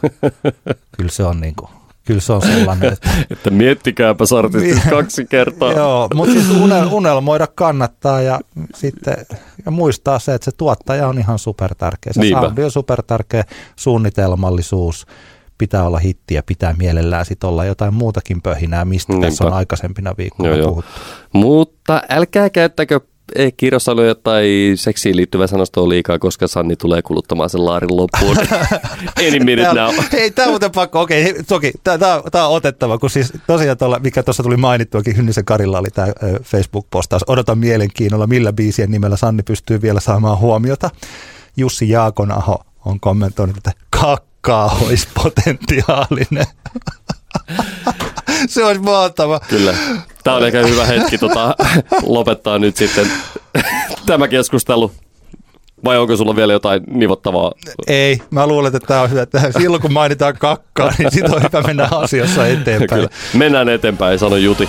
Kyllä se on sellainen,
että miettikääpäs artistit 2 kertaa.
Joo, mutta siis unelmoida kannattaa ja sitten ja muistaa se, että se tuottaja on ihan supertärkeä. Se soundi on supertärkeä, suunnitelmallisuus, pitää olla hittiä, pitää mielellään sitten olla jotain muutakin pöhinää, mistä tässä on aikaisempina viikkoina puhuttu.
Mutta älkää käyttäkö kirjasanoja tai seksiin liittyvä sanostoa liikaa, koska Sanni tulee kuluttamaan sen laarin loppuun. Any minute now.
Hei, tämä on muuten pakko. Okei, toki, tämä on otettava, kun siis tosiaan tuolla, mikä tuossa tuli mainittuakin, Hynnisen Karilla oli tämä Facebook-postaus. Odotan mielenkiinnolla, millä biisien nimellä Sanni pystyy vielä saamaan huomiota. Jussi Jaakonaho on kommentoinut, että kakkaa olisi potentiaalinen. Se olisi mahtava.
Kyllä. Tämä on ehkä hyvä hetki lopettaa nyt sitten tämä keskustelu. Vai onko sulla vielä jotain nivottavaa?
Ei, mä luulen, että tämä on hyvä. Silloin kun mainitaan kakkaa, niin sitten on hyvä mennä asiassa eteenpäin.
Kyllä. Mennään eteenpäin, sano Juti.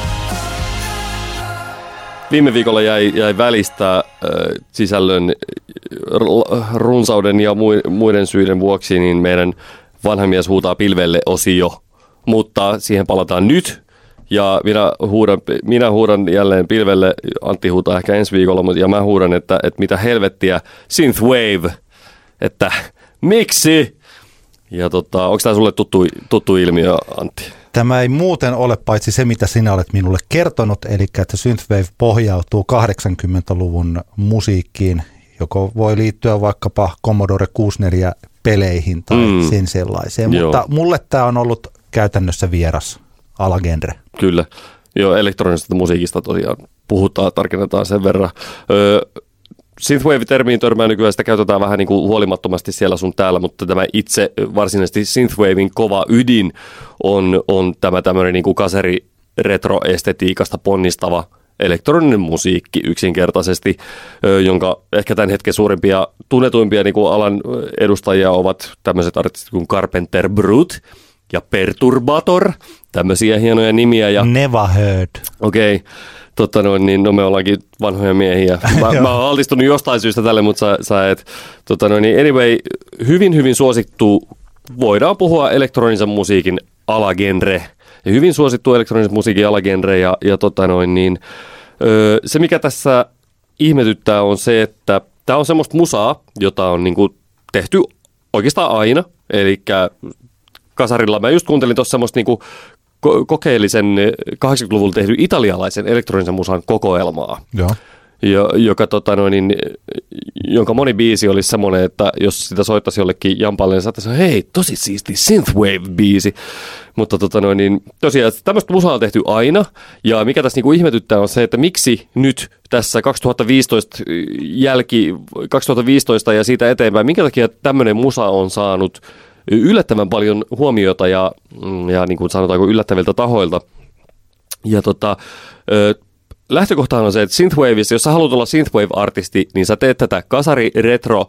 Viime viikolla jäi välistä sisällön runsauden ja muiden syiden vuoksi, niin meidän vanha mies huutaa pilvelle -osio. Mutta siihen palataan nyt ja minä huudan jälleen pilvelle, Antti huutaa ehkä ensi viikolla, ja mä huudan, että mitä helvettiä, synthwave, että miksi? Ja onko tämä sulle tuttu ilmiö, Antti?
Tämä ei muuten ole paitsi se, mitä sinä olet minulle kertonut, eli että synthwave pohjautuu 80-luvun musiikkiin, joko voi liittyä vaikkapa Commodore 64-peleihin tai sen sellaiseen, mutta mulle tämä on ollut käytännössä vieras alagenre.
Kyllä. Joo, elektronisesta musiikista tosiaan puhutaan, tarkennetaan sen verran. Synthwave-termiin törmää nykyään, sitä käytetään vähän niin kuin huolimattomasti siellä sun täällä, mutta tämä itse varsinaisesti synthwavein kova ydin on tämä tämmöinen niin kuin kaseri-retroestetiikasta ponnistava elektroninen musiikki yksinkertaisesti, jonka ehkä tämän hetken suurimpia tunnetuimpia niin kuin alan edustajia ovat tämmöiset artistit kuin Carpenter Brut ja Perturbator, tämmöisiä hienoja nimiä. Ja
Never heard.
Okei, niin me ollaankin vanhoja miehiä. Mä oon altistunut jostain syystä tälle, mutta sä et. Anyway, hyvin suosittu, voidaan puhua elektronisen musiikin alagenre. Ja hyvin suosittu elektronisen musiikin alagenre ja se mikä tässä ihmetyttää on se, että tämä on semmoista musaa, jota on niinku tehty oikeastaan aina, eli kasarilla. Mä just kuuntelin tuossa semmoista niinku kokeellisen 80-luvulla tehdyn italialaisen elektronisen musan kokoelmaa.
Joo.
Jonka moni biisi olisi semmoinen, että jos sitä soittaisi jollekin jampalle, niin saattaisi hei, tosi siisti synthwave-biisi. Mutta tosiaan tämmöistä musaa on tehty aina, ja mikä tässä niinku ihmetyttää on se, että miksi nyt tässä 2015 ja siitä eteenpäin, minkä takia tämmöinen musa on saanut yllättävän paljon huomiota ja niin kuin sanotaanko yllättäviltä tahoilta. Ja lähtökohtahan on se, että synthwaveissa, jos sä haluat olla synthwave-artisti, niin sä teet tätä kasari retro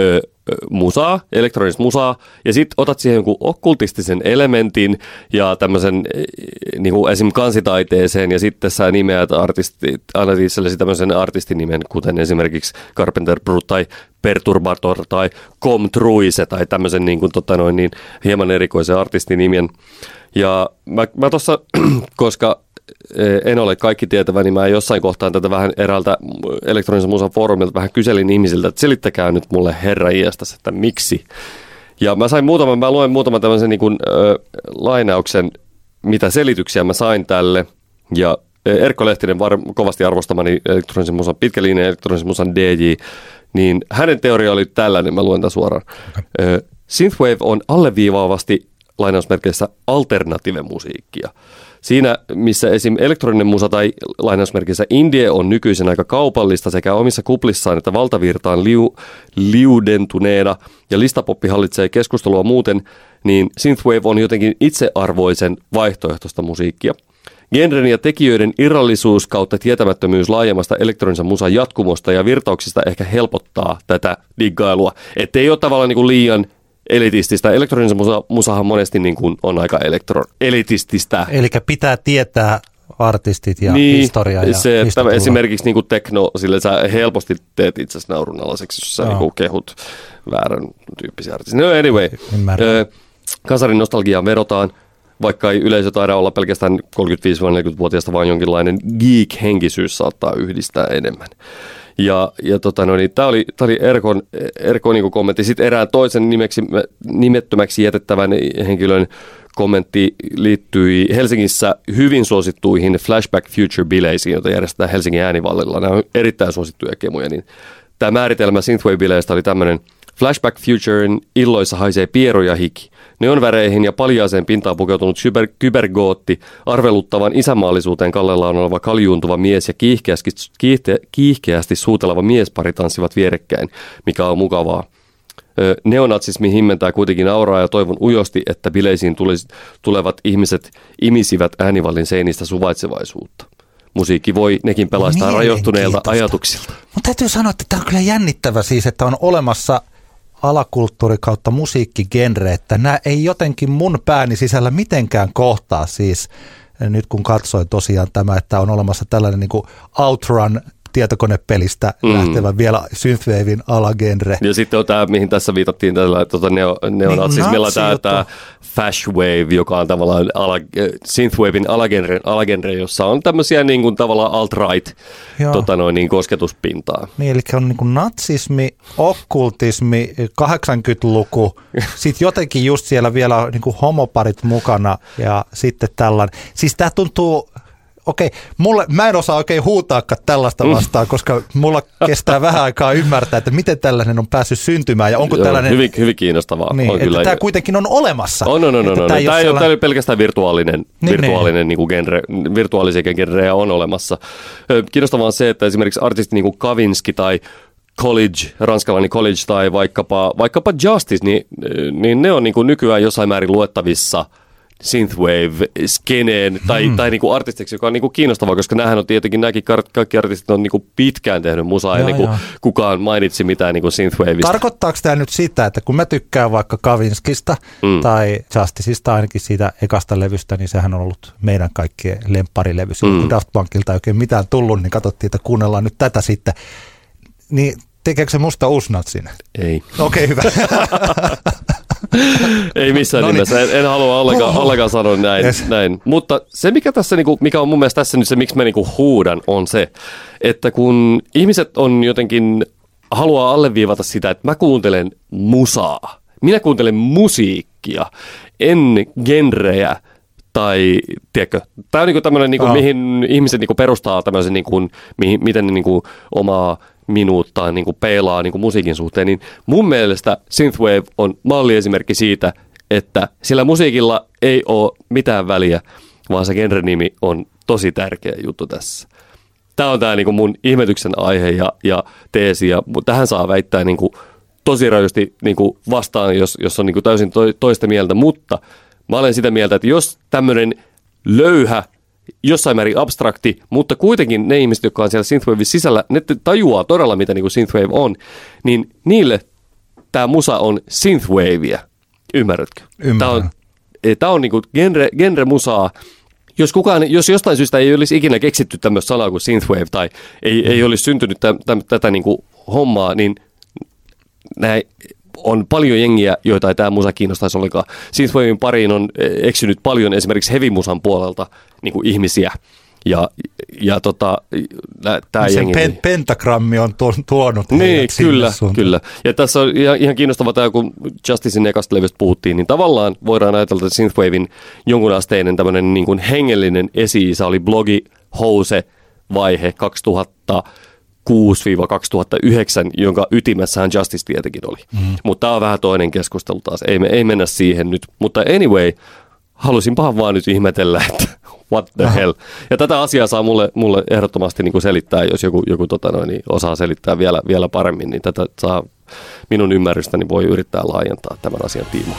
musaa, elektronista musaa, ja sitten otat siihen jonkun okkultistisen elementin ja tämmöisen niin kuin esim. Kansitaiteeseen, ja sitten sä nimeät annat itsellesi tämmöisen artistinimen, kuten esimerkiksi Carpenter Brut tai Perturbator tai Comtruise tai tämmöisen niin kuin, hieman erikoisen artistinimen. Ja mä tuossa, koska en ole kaikki tietävä, niin mä jossain kohtaan tätä vähän eräältä elektronisen musan foorumilta vähän kyselin ihmisiltä, että selittäkää nyt mulle herra iästäs, että miksi. Ja mä luen muutaman tämmöisen niin kuin, lainauksen, mitä selityksiä mä sain tälle. Ja Erkko Lehtinen, kovasti arvostamani elektronisen musan, pitkä linja elektronisen musan DJ, niin hänen teoria oli tällainen, mä luen tämän suoraan. Okay. Synthwave on alleviivaavasti lainausmerkeissä alternative-musiikkia. Siinä, missä esim. Elektroninen musa tai lainausmerkissä indie on nykyisin aika kaupallista sekä omissa kuplissaan että valtavirtaan liudentuneena ja listapoppi hallitsee keskustelua muuten, niin synthwave on jotenkin itsearvoisen vaihtoehtoista musiikkia. Genren ja tekijöiden irrallisuus kautta tietämättömyys laajemmasta elektronisen musan jatkumosta ja virtauksista ehkä helpottaa tätä diggailua. Että ei ole tavallaan niin kuin liian elitististä. Elektronisen musahan monesti niin kuin on aika elitististä.
Eli pitää tietää artistit ja historia. Ja
se, että esimerkiksi niin kuin tekno, sille sä helposti teet itsesi naurunalaiseksi, jos sä niin kuin kehut väärän tyyppisiä artistia. No anyway, kasarin nostalgiaan vedotaan, vaikka ei yleisö taida olla pelkästään 35-40-vuotiaasta, vaan jonkinlainen geek-henkisyys saattaa yhdistää enemmän. Ja niin tämä oli Erkon niin kommentti. Sitten erään toisen nimettömäksi jätettävän henkilön kommentti liittyi Helsingissä hyvin suosittuihin Flashback Future-bileisiin, joita järjestetään Helsingin Äänivallilla. Nämä on erittäin suosittuja kemuja. Niin tämä määritelmä Synthwave-bileistä oli tämmöinen: Flashback Futuren illoissa haisee piero ja hiki. Neonväreihin ja paljaaseen pintaan pukeutunut kybergootti, arveluttavan isänmaallisuuteen kallellaan oleva kaljuuntuva mies ja kiihkeästi suuteleva miespari tanssivat vierekkäin, mikä on mukavaa. Neonatsismi himmentää kuitenkin auraa ja toivon ujosti, että bileisiin tulevat ihmiset imisivät Äänivallin seinistä suvaitsevaisuutta. Musiikki voi nekin pelastaa rajoittuneilta ajatuksilta.
Mutta täytyy sanoa, että tämä on kyllä jännittävä siis, että on olemassa alakulttuuri kautta musiikkigenre, että nämä ei jotenkin mun pääni sisällä mitenkään kohtaa siis, nyt kun katsoin tosiaan tämä, että on olemassa tällainen niin kuin Outrun tietokonepelistä lähtevä vielä synthwavein alagenre.
Ja sitten on tämä, mihin tässä viitattiin, tällä neonatsismilla tämä Fashwave, joka on tavallaan synthwavein alagenre, jossa on tämmöisiä niin kuin tavallaan alt-right kosketuspintaa.
Niin, eli on niin kuin natsismi, okkultismi, 80-luku, sitten jotenkin just siellä vielä on niin kuin homoparit mukana ja sitten tällainen. Siis tämä tuntuu... Okei, mä en osaa oikein huutaakaan tällaista vastaan, koska mulla kestää vähän aikaa ymmärtää, että miten tällainen on päässyt syntymään ja onko tällainen...
Hyvin kiinnostavaa.
Niin, että kyllä... tämä kuitenkin on olemassa.
Tämä ei ole pelkästään virtuaalinen niin kuin genre, virtuaalisia genrejä on olemassa. Kiinnostavaa on se, että esimerkiksi artisti niin kuin Kavinsky tai College, ranskalainen College tai vaikkapa Justice, niin ne on niin kuin nykyään jossain määrin luettavissa synthwave-skeneen tai niinku artistiksi, joka on niinku kiinnostavaa, koska nämähän on tietenkin kaikki artistit on niinku pitkään tehnyt musaa ennen kuin kukaan mainitsi mitään niinku synthwaveista.
Tarkoittaako tämä nyt sitä, että kun mä tykkään vaikka Kavinskista tai Justiceista, ainakin siitä ekasta levystä, niin sehän on ollut meidän kaikkien lempparilevy. Kun Daft Punkilta ei oikein mitään tullut, niin katsottiin, että kuunnellaan nyt tätä sitten. Niin tekeekö se musta uusnatsin?
Ei.
Okei, hyvä.
Ei missään nimessä. En halua ollenkaan sanoa näin. Mutta se, mikä on mun mielestä tässä nyt se, miksi mä huudan, on se, että kun ihmiset on jotenkin, haluaa alleviivata sitä, että mä kuuntelen musaa. Minä kuuntelen musiikkia, en genrejä. Tai, tiedätkö, tämä on tämmöinen, mihin ihmiset perustaa tämmöisen, miten ne omaa minuuttaan peilaa musiikin suhteen, niin mun mielestä synthwave on malliesimerkki siitä, että sillä musiikilla ei ole mitään väliä, vaan se genrenimi on tosi tärkeä juttu tässä. Tämä on tämä mun ihmetyksen aihe ja teesi, ja tähän saa väittää tosi rajusti vastaan, jos on täysin toista mieltä, mutta mä olen sitä mieltä, että jos tämmöinen löyhä jossain määrin abstrakti, mutta kuitenkin ne ihmiset, jotka on siellä synthwaven sisällä, ne tajuaa todella, mitä niin kuin synthwave on, niin niille tämä musa on synthwavea. Ymmärrätkö?
Ymmärrän.
Tämä on niin kuin genre-musaa. Jos jostain syystä ei olisi ikinä keksitty tämmöistä sanaa kuin synthwave tai ei olisi syntynyt tätä niin kuin hommaa, niin näin on paljon jengiä, joita ei tämä musa kiinnostaisi ollenkaan. Synthwaven pariin on eksynyt paljon esimerkiksi heavy-musan puolelta niin kuin ihmisiä. Tämä
sen
jengi...
pentagrammi on tuonut
niin, kyllä. Ja tässä on ihan kiinnostava tämä, kun Justicein ekasta levystä puhuttiin, niin tavallaan voidaan ajatella, että synthwaven jonkunasteinen tämmöinen niin kuin hengellinen esi-isä oli blogi House-vaihe 2006-2009, jonka ytimessähän Justice tietenkin oli. Mutta tämä on vähän toinen keskustelu taas. Ei mennä siihen nyt. Mutta anyway, halusinpahan vaan nyt ihmetellä, että what the hell. Ja tätä asiaa saa mulle ehdottomasti niin kuin selittää, jos joku niin osaa selittää vielä paremmin, niin tätä saa minun ymmärrystäni voi yrittää laajentaa tämän asian tiimoilta.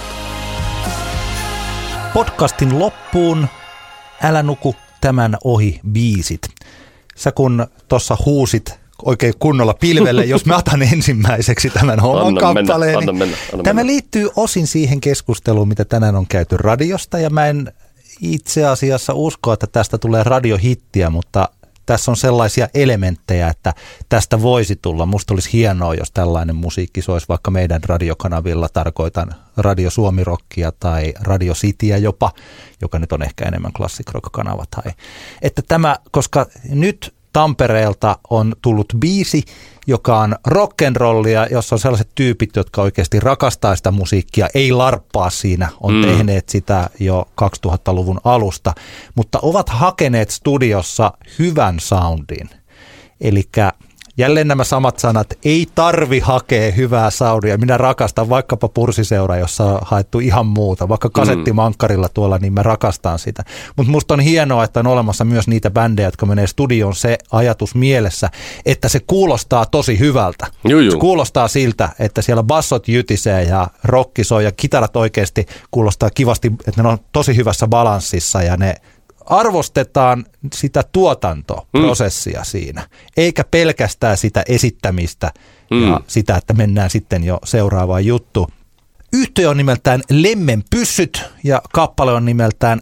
Podcastin loppuun älä nuku tämän ohi biisit. Sä kun tuossa huusit oikein kunnolla pilvelle, jos mä otan ensimmäiseksi tämän homman kappaleen. Tämä liittyy osin siihen keskusteluun, mitä tänään on käyty radiosta, ja mä en itse asiassa usko, että tästä tulee radiohittiä, mutta tässä on sellaisia elementtejä, että tästä voisi tulla. Musta olisi hienoa, jos tällainen musiikki soisi vaikka meidän radiokanavilla, tarkoitan Radio Suomi Rockia tai Radio Cityä jopa, joka nyt on ehkä enemmän Classic Rock-kanava. Että tämä, koska nyt Tampereelta on tullut biisi, joka on rock'n'rollia, jossa on sellaiset tyypit, jotka oikeasti rakastaa sitä musiikkia, ei larppaa siinä, on tehneet sitä jo 2000-luvun alusta, mutta ovat hakeneet studiossa hyvän soundin. Elikkä jälleen nämä samat sanat, ei tarvi hakea hyvää soundia. Minä rakastan vaikkapa Pursiseura, jossa on haettu ihan muuta. Vaikka kasettimankkarilla tuolla, niin mä rakastan sitä. Mutta musta on hienoa, että on olemassa myös niitä bändejä, jotka menee studioon se ajatus mielessä, että se kuulostaa tosi hyvältä. Se kuulostaa siltä, että siellä bassot jytisee ja rokki soi ja kitarat oikeasti kuulostaa kivasti, että ne on tosi hyvässä balanssissa ja ne arvostetaan sitä tuotantoprosessia siinä, eikä pelkästään sitä esittämistä ja sitä, että mennään sitten jo seuraavaan juttuun. Yhtye on nimeltään Lemmenpyssyt ja kappale on nimeltään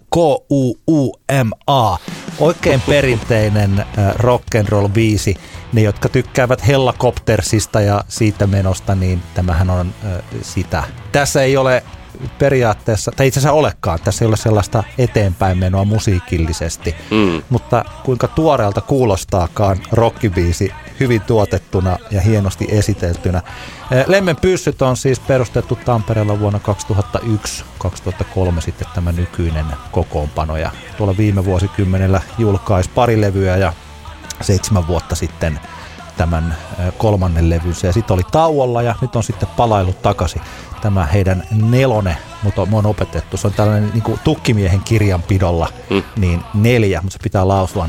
KUUMA. Oikein perinteinen rock'n'roll-biisi. Ne, jotka tykkäävät Hellacoptersista ja siitä menosta, niin tämähän on sitä. Tässä ei ole periaatteessa, tai itse asiassa olekaan, tässä ei ole sellaista eteenpäin menoa musiikillisesti, mutta kuinka tuoreelta kuulostaakaan rockibiisi hyvin tuotettuna ja hienosti esiteltynä. Lemmenpyssyt on siis perustettu Tampereella vuonna 2001-2003 sitten tämä nykyinen kokoonpano, ja tuolla viime vuosikymmenellä julkaisi pari levyä ja 7 vuotta sitten tämän 3. levynsä, ja sitten oli tauolla ja nyt on sitten palailut takaisin. Tämä heidän 4, mutta me on opetettu, se on tällainen niin kuin tukkimiehen kirjanpidolla, niin 4, mutta se pitää lausua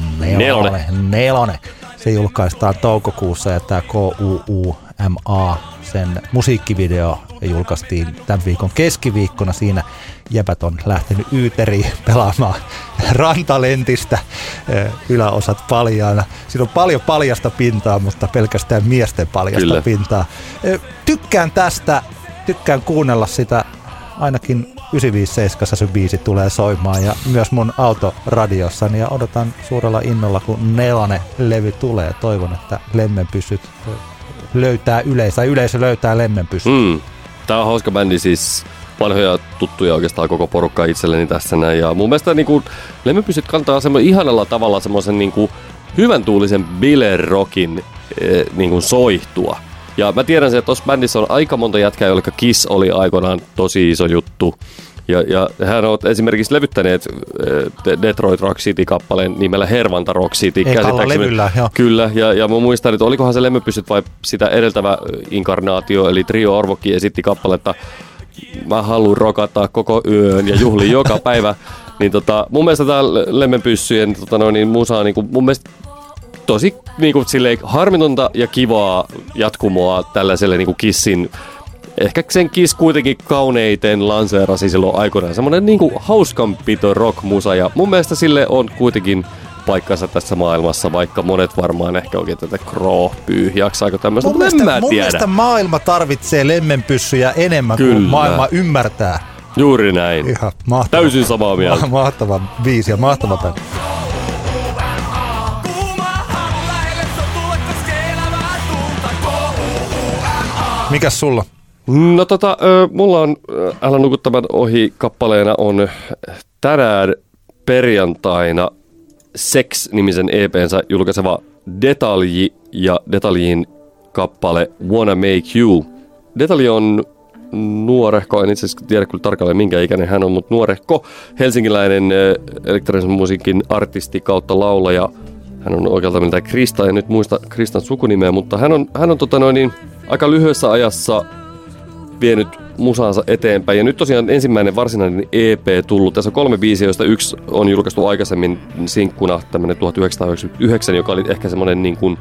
4. Se julkaistaan toukokuussa ja tämä KUUMA, sen musiikkivideo julkaistiin tämän viikon keskiviikkona. Siinä jäbät on lähtenyt yyteriin pelaamaan rantalentistä, yläosat paljaana. Siinä on paljon paljasta pintaa, mutta pelkästään miesten paljasta pintaa. Tykkään tästä. Tykkään kuunnella sitä, ainakin 957 se biisi tulee soimaan ja myös mun autoradiossani, ja odotan suurella innolla, kun 4. levy tulee. Toivon, että Lemmenpyssyt löytää yleisö löytää Lemmenpyssyt.
Tää on hauska bändi, siis vanhoja tuttuja oikeastaan koko porukka itselleni tässä näin, ja mun mielestä niin Lemmenpyssyt kantaa ihanalla tavalla semmoisen niin hyvän tuulisen bilerockin niin soihtua. Ja mä tiedän sen, että tuossa bändissä on aika monta jätkää, joille Kiss oli aikoinaan tosi iso juttu. Ja hän on esimerkiksi levyttäneet Detroit Rock City-kappaleen nimellä Hervanta Rock City.
Ekalla levyllä, joo.
Kyllä, ja mä muistan, että olikohan se Lemmenpyssyt vai sitä edeltävä inkarnaatio, eli Trio Orvokki esitti kappaletta Mä haluan rokata koko yön ja juhliin joka päivä. Niin mun mielestä tää Lemmenpyssyjen niin musa on niin mun mielestä tosi niin kuin, silleen, harmitonta ja kivaa jatkumoa tällaiselle niin kuin Kissin ehkä sen Kiss kuitenkin kauneiten lanseerasi silloin aikoinaan. Semmoinen niinku hauskanpito rock-musa ja mun mielestä sille on kuitenkin paikkansa tässä maailmassa, vaikka monet varmaan ehkä oikein tätä kroohpyy. Jaksaako tämmöistä? Mun
mielestä maailma tarvitsee lemmenpyssyjä enemmän kuin maailma ymmärtää.
Juuri näin.
Ihan mahtava.
Täysin samaa mieltä.
Mahtava biisi ja mahtava bändi. Mikäs sulla?
No mulla on Älä nuku tämän ohi kappaleena on tänään perjantaina Sex-nimisen EP:nsä julkaiseva Detalji ja Detaljin kappale Wanna Make You. Detalji on nuorehko, en itse asiassa tiedä kyllä tarkalleen minkä ikäinen hän on, mutta nuorehko helsinkiläinen elektronisen musiikin artisti kautta laulaja. Hän on oikealta miltä Krista, en nyt muista Kristan sukunimeä, mutta hän on aika lyhyessä ajassa vienyt musaansa eteenpäin. Ja nyt tosiaan ensimmäinen varsinainen EP tullut. Tässä on 3 biisiä, joista yksi on julkaistu aikaisemmin sinkkuna, tämmöinen 1999, joka oli ehkä semmoinen niin kuin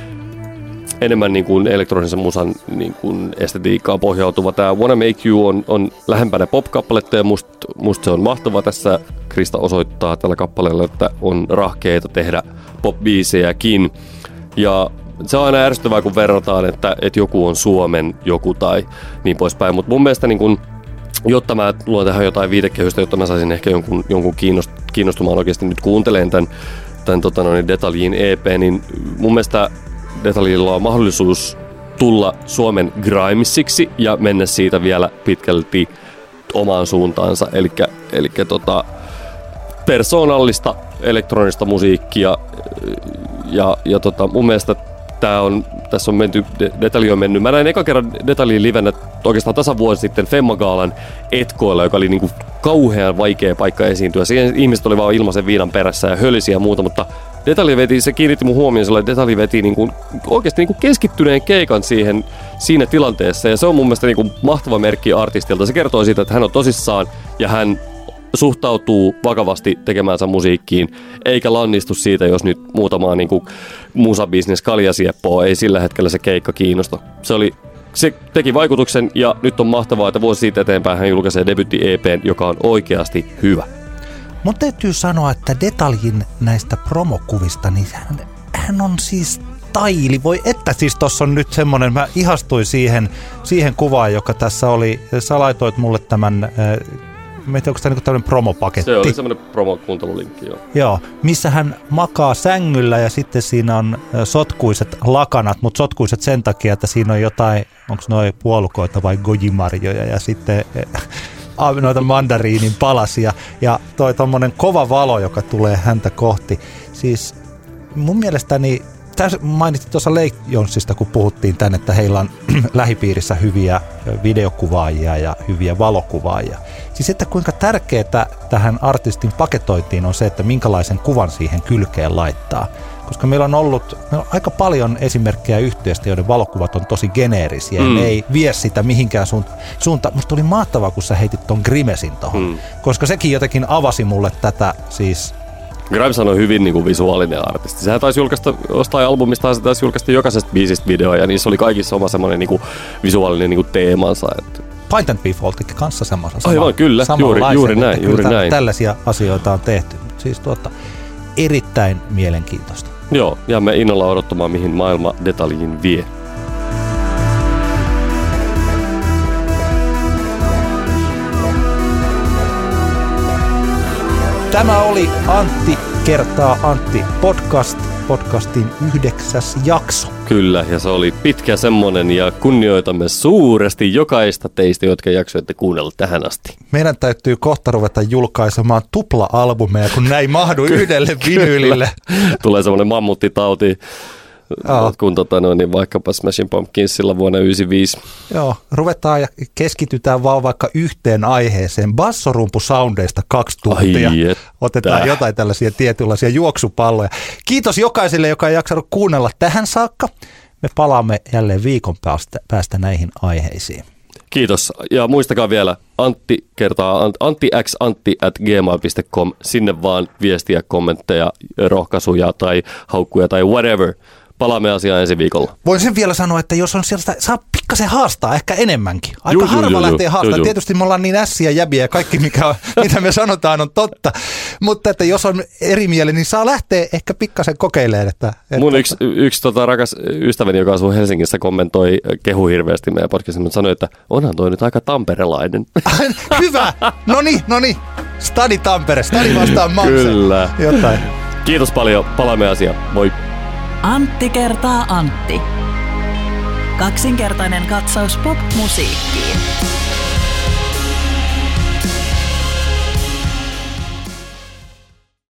enemmän niin kuin elektronisen musan niin kuin estetiikkaan pohjautuva. Tämä Wanna Make You on lähempänä pop-kappaletta ja musta se on mahtava. Tässä Krista osoittaa tällä kappaleella, että on rahkeita tehdä pop-biisejäkin. Ja se on aina ärsyttävää, kun verrataan, että joku on Suomen joku tai niin poispäin. Mutta mun mielestä, niin kun, jotta mä luon tähän jotain viitekehystä, jotta mä saisin ehkä jonkun kiinnostumaan oikeasti nyt kuuntelemaan tämän Detaljin EP, niin mun mielestä Detaljilla on mahdollisuus tulla Suomen grimesiksi ja mennä siitä vielä pitkälti omaan suuntaansa. Elikkä persoonallista elektronista musiikkia ja mun mielestä tässä on menty, Detalji on mennyt. Mä näin eka kerran Detaljin livenä oikeastaan tasavuosi sitten Femmagaalan Etkoilla, joka oli niinku kauhean vaikea paikka esiintyä. Siihen ihmiset oli vaan ilmaisen viinan perässä ja hölisiä ja muuta, mutta Detalji veti, se kiinnitti mun huomioon sellainen, Detalji veti niinku, oikeasti niinku keskittyneen keikan siinä tilanteessa ja se on mun mielestä niinku mahtava merkki artistilta. Se kertoo siitä, että hän on tosissaan ja hän suhtautuu vakavasti tekemäänsä musiikkiin, eikä lannistu siitä, jos nyt muutamaa niinku musabisnes kaljasieppoa ei sillä hetkellä se keikka kiinnosta. Se teki vaikutuksen ja nyt on mahtavaa, että vuosi siitä eteenpäin hän julkaisee debutti-EP:n, joka on oikeasti hyvä.
Mun täytyy sanoa, että Detaljin näistä promokuvista, niin hän on siis taili. Voi että siis tossa on nyt semmonen, mä ihastuin siihen kuvaan, joka tässä oli. Sä laitoit mulle tämän mä en tiedä, onko tämä niinku tämmöinen promopaketti.
Se oli semmoinen promokuuntelulinkki, joo.
Joo, missä hän makaa sängyllä ja sitten siinä on sotkuiset lakanat, mutta sotkuiset sen takia, että siinä on jotain, onko noi puolukoita vai gojimarjoja ja sitten noita mandariinin palasia ja toi tommonen kova valo, joka tulee häntä kohti. Siis mun mielestäni, mainitsit tuossa Lake Jonesista, kun puhuttiin tänne, että heillä on lähipiirissä hyviä videokuvaajia ja hyviä valokuvaajia. Siis että kuinka tärkeää tähän artistin paketointiin on se, että minkälaisen kuvan siihen kylkeen laittaa. Koska meillä on aika paljon esimerkkejä yhtyeistä, joiden valokuvat on tosi geneerisiä ja ne ei vie sitä mihinkään suuntaan. Musta oli mahtavaa, kun sä heitit ton Grimesin tohon, koska sekin jotenkin avasi mulle tätä siis.
Grimes on hyvin niin kuin visuaalinen artisti. Sehän taisi julkaista jostain albumista, se taisi julkaista jokaisesta biisistä videoa ja niissä oli kaikissa oma semmoinen niin kuin visuaalinen niin kuin teemansa.
Point and Be Faultikin kanssa semmoista.
Aivan, kyllä, juuri näin.
Tällaisia asioita on tehty. Siis erittäin mielenkiintoista.
Joo, jäämme innolla odottamaan, mihin maailma Detaljin vie.
Tämä oli Antti kertaa Antti podcastin 9. jakso.
Kyllä, ja se oli pitkä semmonen ja kunnioitamme suuresti jokaista teistä, jotka jaksoitte kuunnella tähän asti.
Meidän täytyy kohta ruveta julkaisemaan tupla-albumeja, kun näin mahdu yhdelle vinylille.
Tulee semmoinen mammuttitauti. Kun niin vaikkapa Smashing Pumpkinsilla vuonna 1995.
Joo, ruvetaan ja keskitytään vaan vaikka yhteen aiheeseen. Bassorumpusoundeista 2 tuntia. Otetaan jotain tällaisia tietynlaisia juoksupalloja. Kiitos jokaiselle, joka ei jaksanut kuunnella tähän saakka. Me palaamme jälleen viikon päästä näihin aiheisiin.
Kiitos. Ja muistakaa vielä, antti@gmail.com. Sinne vaan viestiä, kommentteja, rohkaisuja tai haukkuja tai whatever. palaamme asiaan ensi viikolla.
Voin sen vielä sanoa, että jos on sieltä, saa pikkasen haastaa ehkä enemmänkin. Aika harva lähtee haastamaan. Tietysti me ollaan niin ässiä jäbiä ja kaikki, mitä me sanotaan, on totta. Mutta että jos on eri mieli, niin saa lähteä ehkä pikkasen kokeilemaan.
Mun yksi rakas ystäväni, joka asuu Helsingissä, kommentoi, kehu hirveästi meidän podcastin, mutta sanoi, että onhan toi nyt aika tamperelainen.
Hyvä! Noniin. Stadi Tampere, Stadi vastaan Mamsen.
Kyllä.
Jotain.
Kiitos paljon, palaamme asiaan. Moi.
Antti kertaa Antti. Kaksinkertainen katsaus pop-musiikkiin.